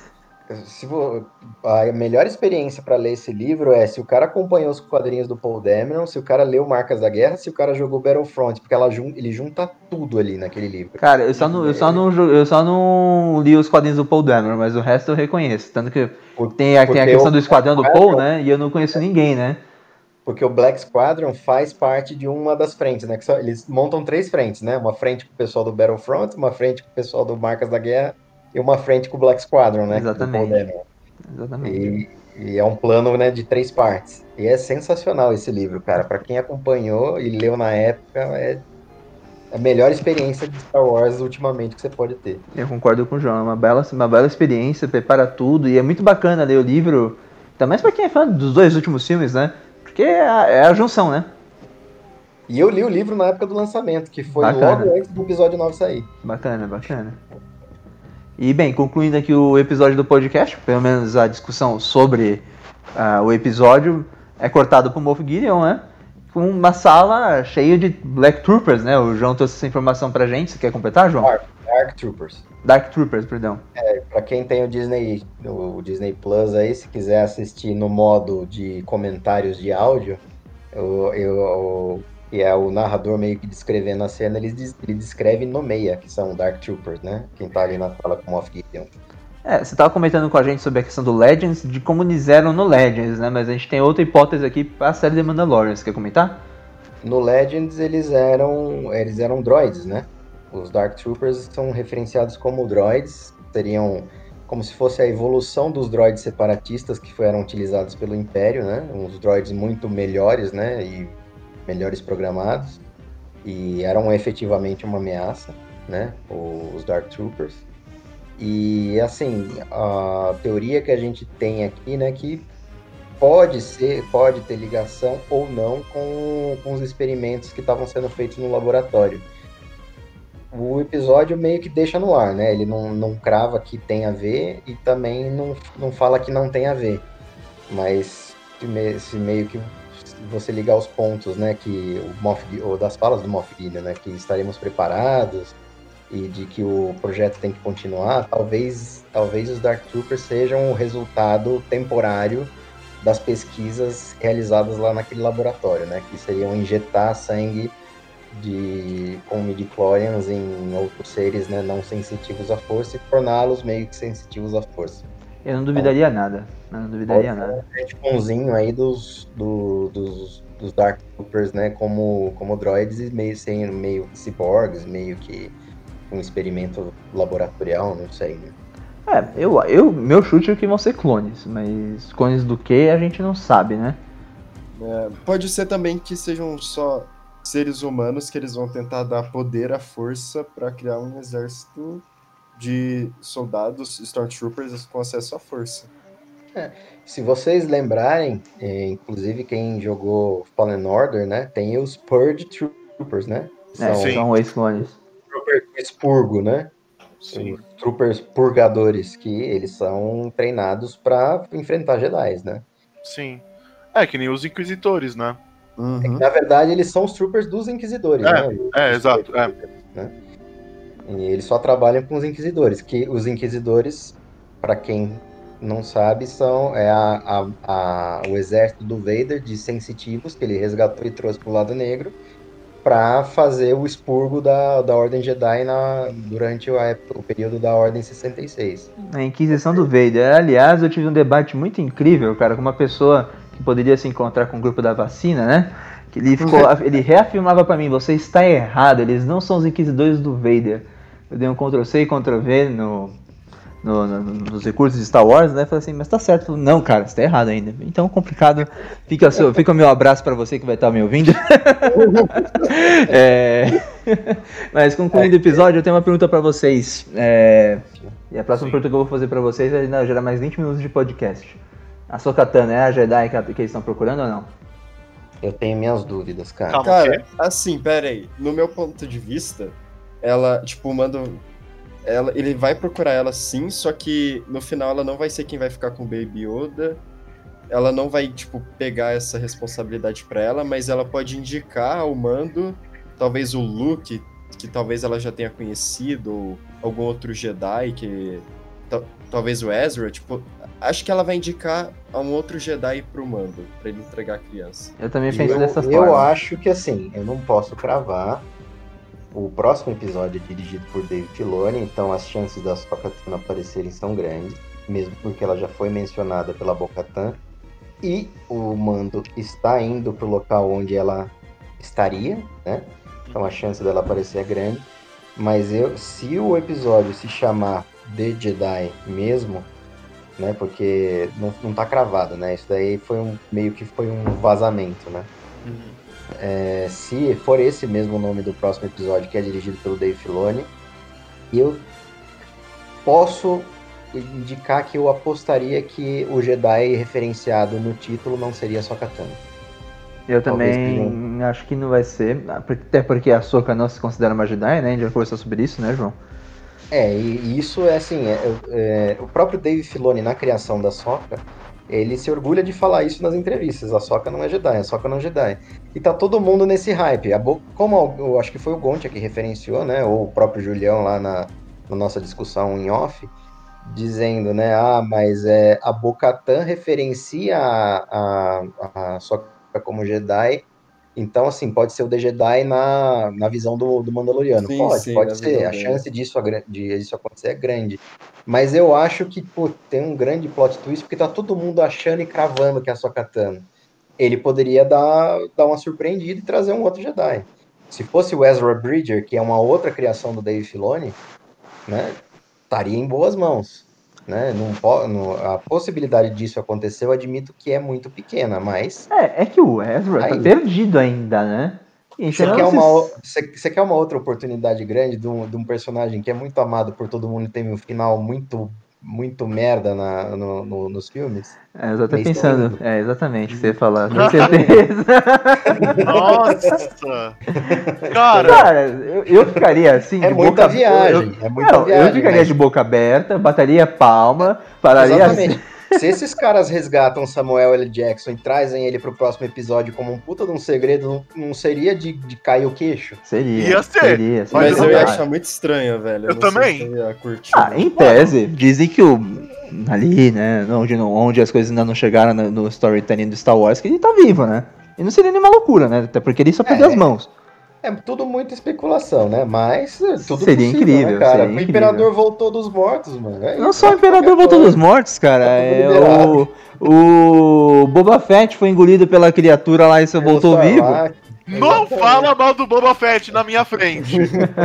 C: Se vo- A melhor experiência pra ler esse livro é se o cara acompanhou os quadrinhos do Paul Dameron, se o cara leu Marcas da Guerra, se o cara jogou Battlefront, porque ela jun- ele junta tudo ali naquele livro.
B: Cara, eu só, não, eu, só não, jo- eu só não li os quadrinhos do Paul Dameron, mas o resto eu reconheço. Tanto que
C: Por-
B: tem, a- tem a
C: porque
B: questão
C: o-
B: do esquadrão do Paul, né? E eu não conheço ninguém, né?
C: Porque o Black Squadron faz parte de uma das frentes, né? Que só- eles montam três frentes, né? Uma frente com o pessoal do Battlefront, uma frente com o pessoal do Marcas da Guerra e uma frente com o Black Squadron, né?
B: Exatamente.
C: Do Paul Dameron.
B: Exatamente.
C: E, e é um plano, né, de três partes. E é sensacional esse livro, cara. Pra quem acompanhou e leu na época, é a melhor experiência de Star Wars ultimamente que você pode ter.
B: Eu concordo com o João, é uma bela, uma bela experiência, prepara tudo, e é muito bacana ler o livro, também mais pra quem é fã dos dois últimos filmes, né? Porque é a, é a junção, né?
C: E eu li o livro na época do lançamento, que foi
B: Bacana.
C: logo antes do episódio nove sair.
B: Bacana, bacana. E bem, concluindo aqui o episódio do podcast, pelo menos a discussão sobre ah, o episódio é cortado pro Moff Gideon, né? Com uma sala cheia de Black Troopers, né? O João trouxe essa informação pra gente, você quer completar, João?
C: Dark, Dark Troopers.
B: Dark Troopers, perdão.
C: Pra quem tem o Disney, o Disney Plus aí, se quiser assistir no modo de comentários de áudio, eu, eu, que é o narrador meio que descrevendo a cena, ele, des- ele descreve e nomeia, que são Dark Troopers, né? Quem tá ali na sala com o Moff Gideon.
B: É, você tava comentando com a gente sobre a questão do Legends, de como eles eram no Legends, né? Mas a gente tem outra hipótese aqui pra série The Mandalorian, você quer comentar?
C: No Legends eles eram, eles eram droids, né? Os Dark Troopers são referenciados como droids, seriam como se fosse a evolução dos droids separatistas que foram utilizados pelo Império, né? Uns droids muito melhores, né? E melhores programados, e eram efetivamente uma ameaça, né? Os Dark Troopers. E assim, a teoria que a gente tem aqui, né, que pode ser, pode ter ligação ou não com, com os experimentos que estavam sendo feitos no laboratório. o episódio meio que deixa no ar, né? Ele não, não crava que tem a ver e também não, não fala que não tem a ver. Mas se meio, se meio que você ligar os pontos, né? Que o Moff, ou das falas do Moff Gideon, né? Que estaremos preparados e de que o projeto tem que continuar, talvez, talvez os Dark Troopers sejam o resultado temporário das pesquisas realizadas lá naquele laboratório, né? Que seriam injetar sangue de com midi-chlorians em outros seres, né, não sensitivos à força e torná-los meio que sensitivos à força.
B: Eu não duvidaria então, nada. Eu não duvidaria
C: pode
B: nada.
C: É tipo umzinho aí dos, do, dos, dos Dark Troopers, né, como, como droids e meio, sem, meio ciborgues, meio que um experimento laboratorial, não sei, né?
B: É, eu, eu, meu chute é que vão ser clones, mas clones do que a gente não sabe, né?
D: É, pode ser também que sejam só seres humanos que eles vão tentar dar poder à força para criar um exército de soldados, Stormtroopers, com acesso à força.
C: É, se vocês lembrarem, é, inclusive quem jogou Fallen Order, né, tem os Purge Troopers, né?
B: É,
C: São,
B: são ex-clones.
C: Troopers expurgo, né?
E: Sim.
C: Os Troopers purgadores, que eles são treinados para enfrentar Jedi, né?
E: Sim. É, que nem os Inquisitores, né?
D: Uhum.
C: É que, na verdade, eles são os Troopers dos Inquisidores,
E: É,
C: né?
E: é,
C: Os
E: exato, é.
C: né? E eles só trabalham com os Inquisidores, que os Inquisidores, para quem não sabe, são é a, a, a, o exército do Vader de sensitivos, que ele resgatou e trouxe pro lado negro, para fazer o expurgo da, da Ordem Jedi na, durante a época, o período da Ordem sessenta e seis.
B: A Inquisição do Vader. Aliás, eu tive um debate muito incrível, cara, com uma pessoa que poderia se encontrar com o grupo da vacina, né? Que ele, ficou, ele reafirmava pra mim, você está errado, eles não são os Inquisidores do Vader. Eu dei um control C e control V no, no, no, nos recursos de Star Wars, né? Falei assim, mas tá certo. Não, cara, você tá errado ainda. Então, complicado. Fica, seu, fica o meu abraço pra você que vai estar me ouvindo. é... Mas concluindo o episódio, eu tenho uma pergunta pra vocês. É... E a próxima Sim. pergunta que eu vou fazer pra vocês vai gerar mais vinte minutos de podcast. A Ahsoka Tano é a Jedi que eles estão procurando ou não?
C: Eu tenho minhas dúvidas, cara.
E: Calma,
D: Cara, assim, pera aí. No meu ponto de vista, ela, tipo, manda... Ela, ele vai procurar ela sim, só que no final ela não vai ser quem vai ficar com o Baby Yoda. Ela não vai, tipo, pegar essa responsabilidade pra ela, mas ela pode indicar ao Mando, talvez o Luke, que talvez ela já tenha conhecido, ou algum outro Jedi, que... Talvez o Ezra, tipo... Acho que ela vai indicar a um outro Jedi pro Mando, pra ele entregar a criança.
B: Eu também penso
C: eu,
B: dessa
C: eu
B: forma.
C: Eu acho que, assim, eu não posso cravar. O próximo episódio é dirigido por Dave Filoni, então as chances da Ahsoka Tano aparecerem são grandes, mesmo porque ela já foi mencionada pela Bo-Katan. E o Mando está indo pro local onde ela estaria, né? Então a chance dela aparecer é grande. Mas eu, se o episódio se chamar The Jedi mesmo, né? Porque não, não tá cravado, né? Isso daí foi um meio que foi um vazamento, né? Uhum. É, se for esse mesmo nome do próximo episódio, que é dirigido pelo Dave Filoni, eu posso indicar que eu apostaria que o Jedi referenciado no título não seria Ahsoka Tano.
B: Eu também um... acho que não vai ser, até porque a Ahsoka não se considera uma Jedi, né? A gente vai conversar sobre isso, né, João?
C: É, e isso é assim, é, é, o próprio Dave Filoni na criação da Ahsoka, ele se orgulha de falar isso nas entrevistas, a Ahsoka não é Jedi, a Ahsoka não é Jedi. E tá todo mundo nesse hype, a Bo... como eu acho que foi o Gontia que referenciou, né, ou o próprio Julião lá na, na nossa discussão em off, dizendo, né, ah, mas é, a Bo-Katan referencia a, a, a Ahsoka como Jedi, então, assim, pode ser o The Jedi na, na visão do, do Mandaloriano. Sim, pode, sim, pode ser. A chance disso, de isso acontecer é grande. Mas eu acho que, pô, tem um grande plot twist, porque tá todo mundo achando e cravando que é a Ahsoka Tano. Ele poderia dar, dar uma surpreendida e trazer um outro Jedi. Se fosse o Ezra Bridger, que é uma outra criação do Dave Filoni, né, estaria em boas mãos. Né? Não, não, a possibilidade disso acontecer, eu admito que é muito pequena, mas...
B: É, é que o Ezra aí, tá perdido ainda, né?
C: Você quer, uma, você, você quer uma outra oportunidade grande de um, de um personagem que é muito amado por todo mundo e tem um final muito muito merda na, no, no- nos filmes.
B: É, eu tô até
C: Meio
B: pensando.
C: estranho.
B: É, exatamente, o que você ia falar. Com certeza.
E: Nossa! Cara,
B: Cara, eu, eu ficaria assim,
C: É
B: de
C: muita
B: boca
C: viagem,
B: eu-
C: é muita
B: não,
C: viagem,
B: Eu ficaria
C: mas-
B: de boca aberta, bateria palma, pararia
C: Exatamente. Se esses caras resgatam Samuel L. Jackson e trazem ele pro próximo episódio como um puta de um segredo, não, não seria de, de cair o queixo?
B: Seria.
E: Ia ser,
B: Seria,
E: mas
D: Mas
B: seria
D: eu ia
B: verdade.
D: achar muito estranho, velho.
E: Eu
D: não sei
E: também.
D: se eu ia curtir.
B: Ah, em tese, dizem que o. Ali, né? Onde, não- onde as coisas ainda não chegaram no, no storytelling do Star Wars, que ele tá vivo, né? E não seria nenhuma loucura, né? Até porque ele só perdeu
C: É.
B: as mãos.
C: É tudo muita especulação, né? Mas é tudo
B: Seria
C: possível,
B: incrível,
C: né, cara?
B: seria
C: O
B: incrível.
C: imperador voltou dos mortos, mano. É
B: Não
C: isso,
B: só o
C: né?
B: Imperador voltou dos mortos, cara.
C: Tá tudo
B: É,
C: liberado.
B: o, o Boba Fett foi engolido pela criatura lá e só voltou
C: Pelo
B: vivo.
C: Sarlacc.
E: não
C: Exatamente.
E: fala mal do Boba Fett na minha frente.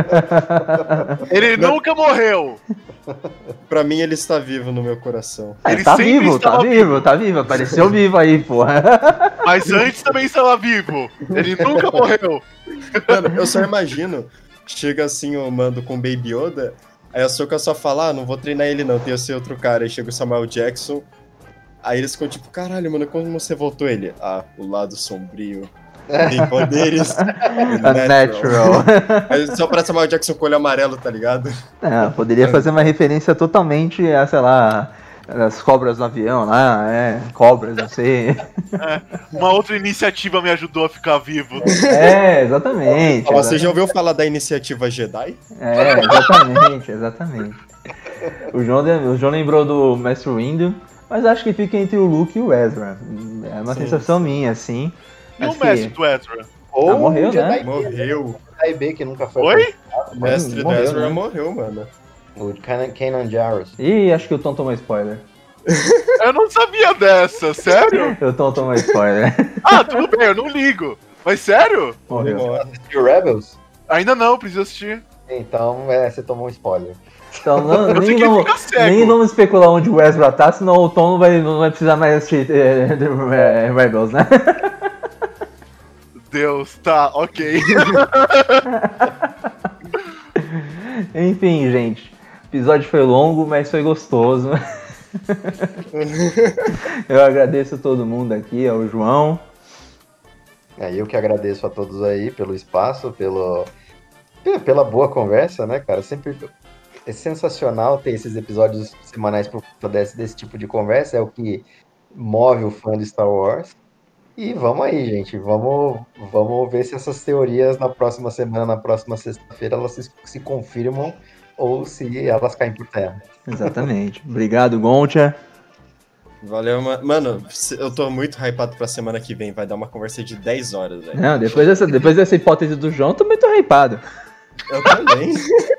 E: Ele nunca morreu.
D: Pra mim, ele está vivo no meu coração.
B: É,
E: Ele
B: tá
E: sempre
B: vivo, tá
E: estava
B: vivo, tá vivo. Apareceu vivo aí, porra.
E: Mas antes também estava vivo. Ele nunca morreu.
D: Mano, eu só imagino, chega assim o Mando com o Baby Yoda, aí a Ahsoka só fala, ah, não vou treinar ele não, tem esse outro cara. Aí chega o Samuel Jackson, aí eles ficam tipo, caralho, mano, como você voltou ele? Ah, o lado sombrio. Tem poderes.
B: Unnatural.
D: Aí só pra Samuel Jackson com o olho amarelo, tá ligado?
B: É, poderia fazer uma referência totalmente a, sei lá, as cobras no avião lá, é, cobras, não sei.
E: Uma outra iniciativa me ajudou a ficar vivo.
B: É, exatamente.
D: Ó, você já ouviu falar da iniciativa Jedi?
B: É, exatamente, exatamente. O João, de- o João lembrou do Mestre Windu, mas acho que fica entre o Luke e o Ezra. É uma
D: Sim,
B: sensação minha, assim.
E: E o
B: Acho que-
E: mestre do Ezra?
C: Ou
B: Ah, morreu,
C: o Jedi
B: né?
C: B,
D: Morreu.
C: Jedi B, que nunca foi.
E: Oi?
D: O mestre do
B: morreu,
D: Ezra
B: né?
D: morreu, mano.
C: O Kanan, Kanan Jarrus.
B: Ih, acho que o Tom tomou spoiler.
E: Eu não sabia dessa, sério?
B: O Tom tomou spoiler.
E: Ah, tudo bem, eu não ligo. Mas sério?
B: Morreu.
D: Morreu.
C: E o Rebels?
E: Ainda não, preciso assistir.
C: Então, é, você tomou um spoiler.
B: Então, não,
E: Eu
B: nem,
E: fiquei
B: vamos,
E: ficar cego.
B: nem vamos especular onde o Ezra tá, senão o Tom não vai, não vai precisar mais assistir é, The é, Rebels, né?
E: Deus, tá, ok.
B: Enfim, gente. O episódio foi longo, mas foi gostoso. Eu agradeço a todo mundo aqui, ao João.
C: É, eu que agradeço a todos aí pelo espaço, pelo, pe- pela boa conversa, né, cara? Sempre é sensacional ter esses episódios semanais por conta desse, desse tipo de conversa, é o que move o fã de Star Wars. E vamos aí, gente, vamos, vamos ver se essas teorias na próxima semana, na próxima sexta-feira, elas se, se confirmam ou se elas caem por terra.
B: Exatamente. Obrigado, Gontia.
D: Valeu, ma- mano. Eu tô muito hypado pra semana que vem. Vai dar uma conversa de dez horas, velho.
B: Não, depois dessa, depois dessa hipótese do João, também tô hypado.
D: Eu também.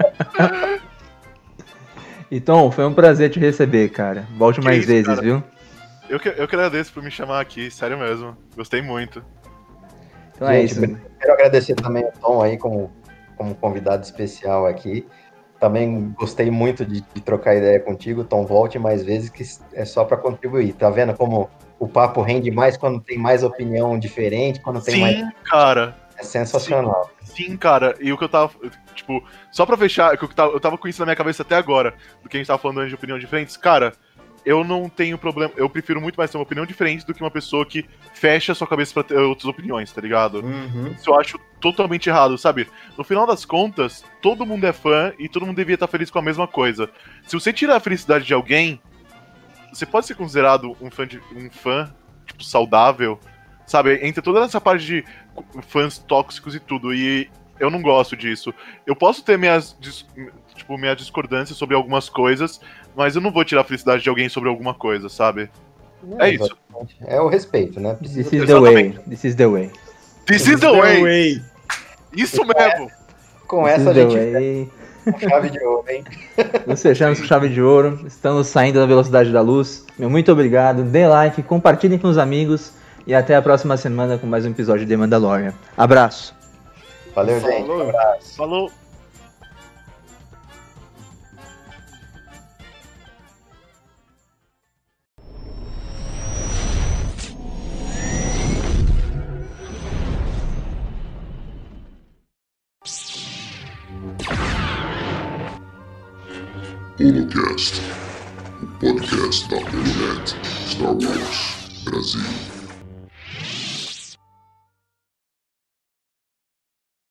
B: Então, foi um prazer te receber, cara. Volte
E: Que
B: mais
E: isso,
B: vezes,
E: cara.
B: viu?
E: Eu que, eu que agradeço por me chamar aqui, sério mesmo. Gostei muito.
B: Então é
C: Gente,
B: isso.
C: Quero agradecer também ao Tom aí como, como convidado especial aqui. Também gostei muito de, de trocar ideia contigo, Tom. Volte mais vezes, que é só para contribuir. Tá vendo como o papo rende mais quando tem mais opinião diferente, quando tem mais.
E: Sim, cara.
C: É sensacional.
E: Sim, cara. E o que eu tava. Tipo, só pra fechar, que eu tava, eu tava com isso na minha cabeça até agora, do que a gente tava falando antes de opinião diferentes. Cara, eu não tenho problema. Eu prefiro muito mais ter uma opinião diferente do que uma pessoa que fecha a sua cabeça pra ter outras opiniões, tá ligado?
D: Uhum.
E: Isso eu acho totalmente errado, sabe? No final das contas, todo mundo é fã e todo mundo devia estar feliz com a mesma coisa. Se você tira a felicidade de alguém, você pode ser considerado um fã, de, um fã tipo, saudável, sabe? Entre toda essa parte de fãs tóxicos e tudo, e eu não gosto disso. Eu posso ter minhas, dis- tipo, minha discordância sobre algumas coisas, mas eu não vou tirar a felicidade de alguém sobre alguma coisa, sabe? É isso.
C: Exatamente. É o respeito, né? Precisa
B: This is
C: ter-
B: the way. This is the way.
E: This is the way! Isso mesmo!
C: Com
B: This
C: essa a
B: is the
C: gente
B: way.
C: com chave de ouro, hein?
B: Nos fechamos com chave de ouro. Estamos saindo da velocidade da luz. Meu muito obrigado. Dê like, compartilhem com os amigos. E até a próxima semana com mais um episódio de Mandalorian. Abraço.
C: Valeu, gente.
D: Falou.
C: Um abraço.
E: Falou!
A: Holocast. o podcast da Holonet Star Wars Brasil.